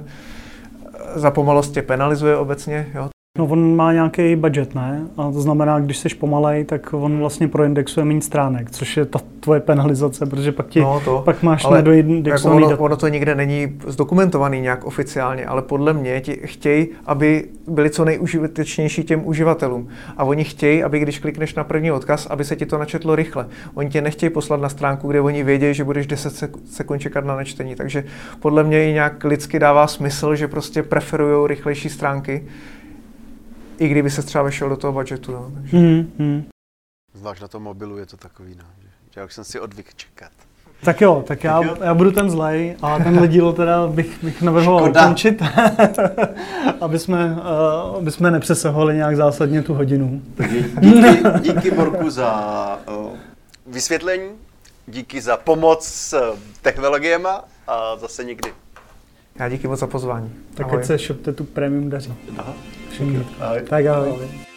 Za pomalost tě penalizuje obecně, jo. No on má nějaký budget, ne? A to znamená, když jsi pomalej, tak on vlastně proindexuje méně stránek, což je ta tvoje penalizace, protože pak, ti, no to, pak máš nedoindexovaný jako data. Ono to nikde není zdokumentovaný nějak oficiálně, ale podle mě ti chtějí, aby byli co nejužitečnější těm uživatelům. A oni chtějí, aby když klikneš na první odkaz, aby se ti to načetlo rychle. Oni tě nechtějí poslat na stránku, kde oni vědí, že budeš deset sekund čekat na načtení. Takže podle mě i nějak lidsky dává smysl, že prostě preferují rychlejší stránky. I kdyby se třeba vešel do toho budgetu. No. Hmm, hmm. Zvlášť na tom mobilu je to takový, no, že, že já už jsem si odvyk čekat. Tak jo, tak já, já budu ten zlej a tenhle díl teda bych, bych navrhoval ukončit, aby jsme, uh, aby jsme nepřesahovali nějak zásadně tu hodinu. Díky, díky Borku za uh, vysvětlení, díky za pomoc s technologiema a zase někdy. Já díky moc za pozvání. Tak ať se ShopTetu Premium daří. Aha. Ahoj. Tak ahoj.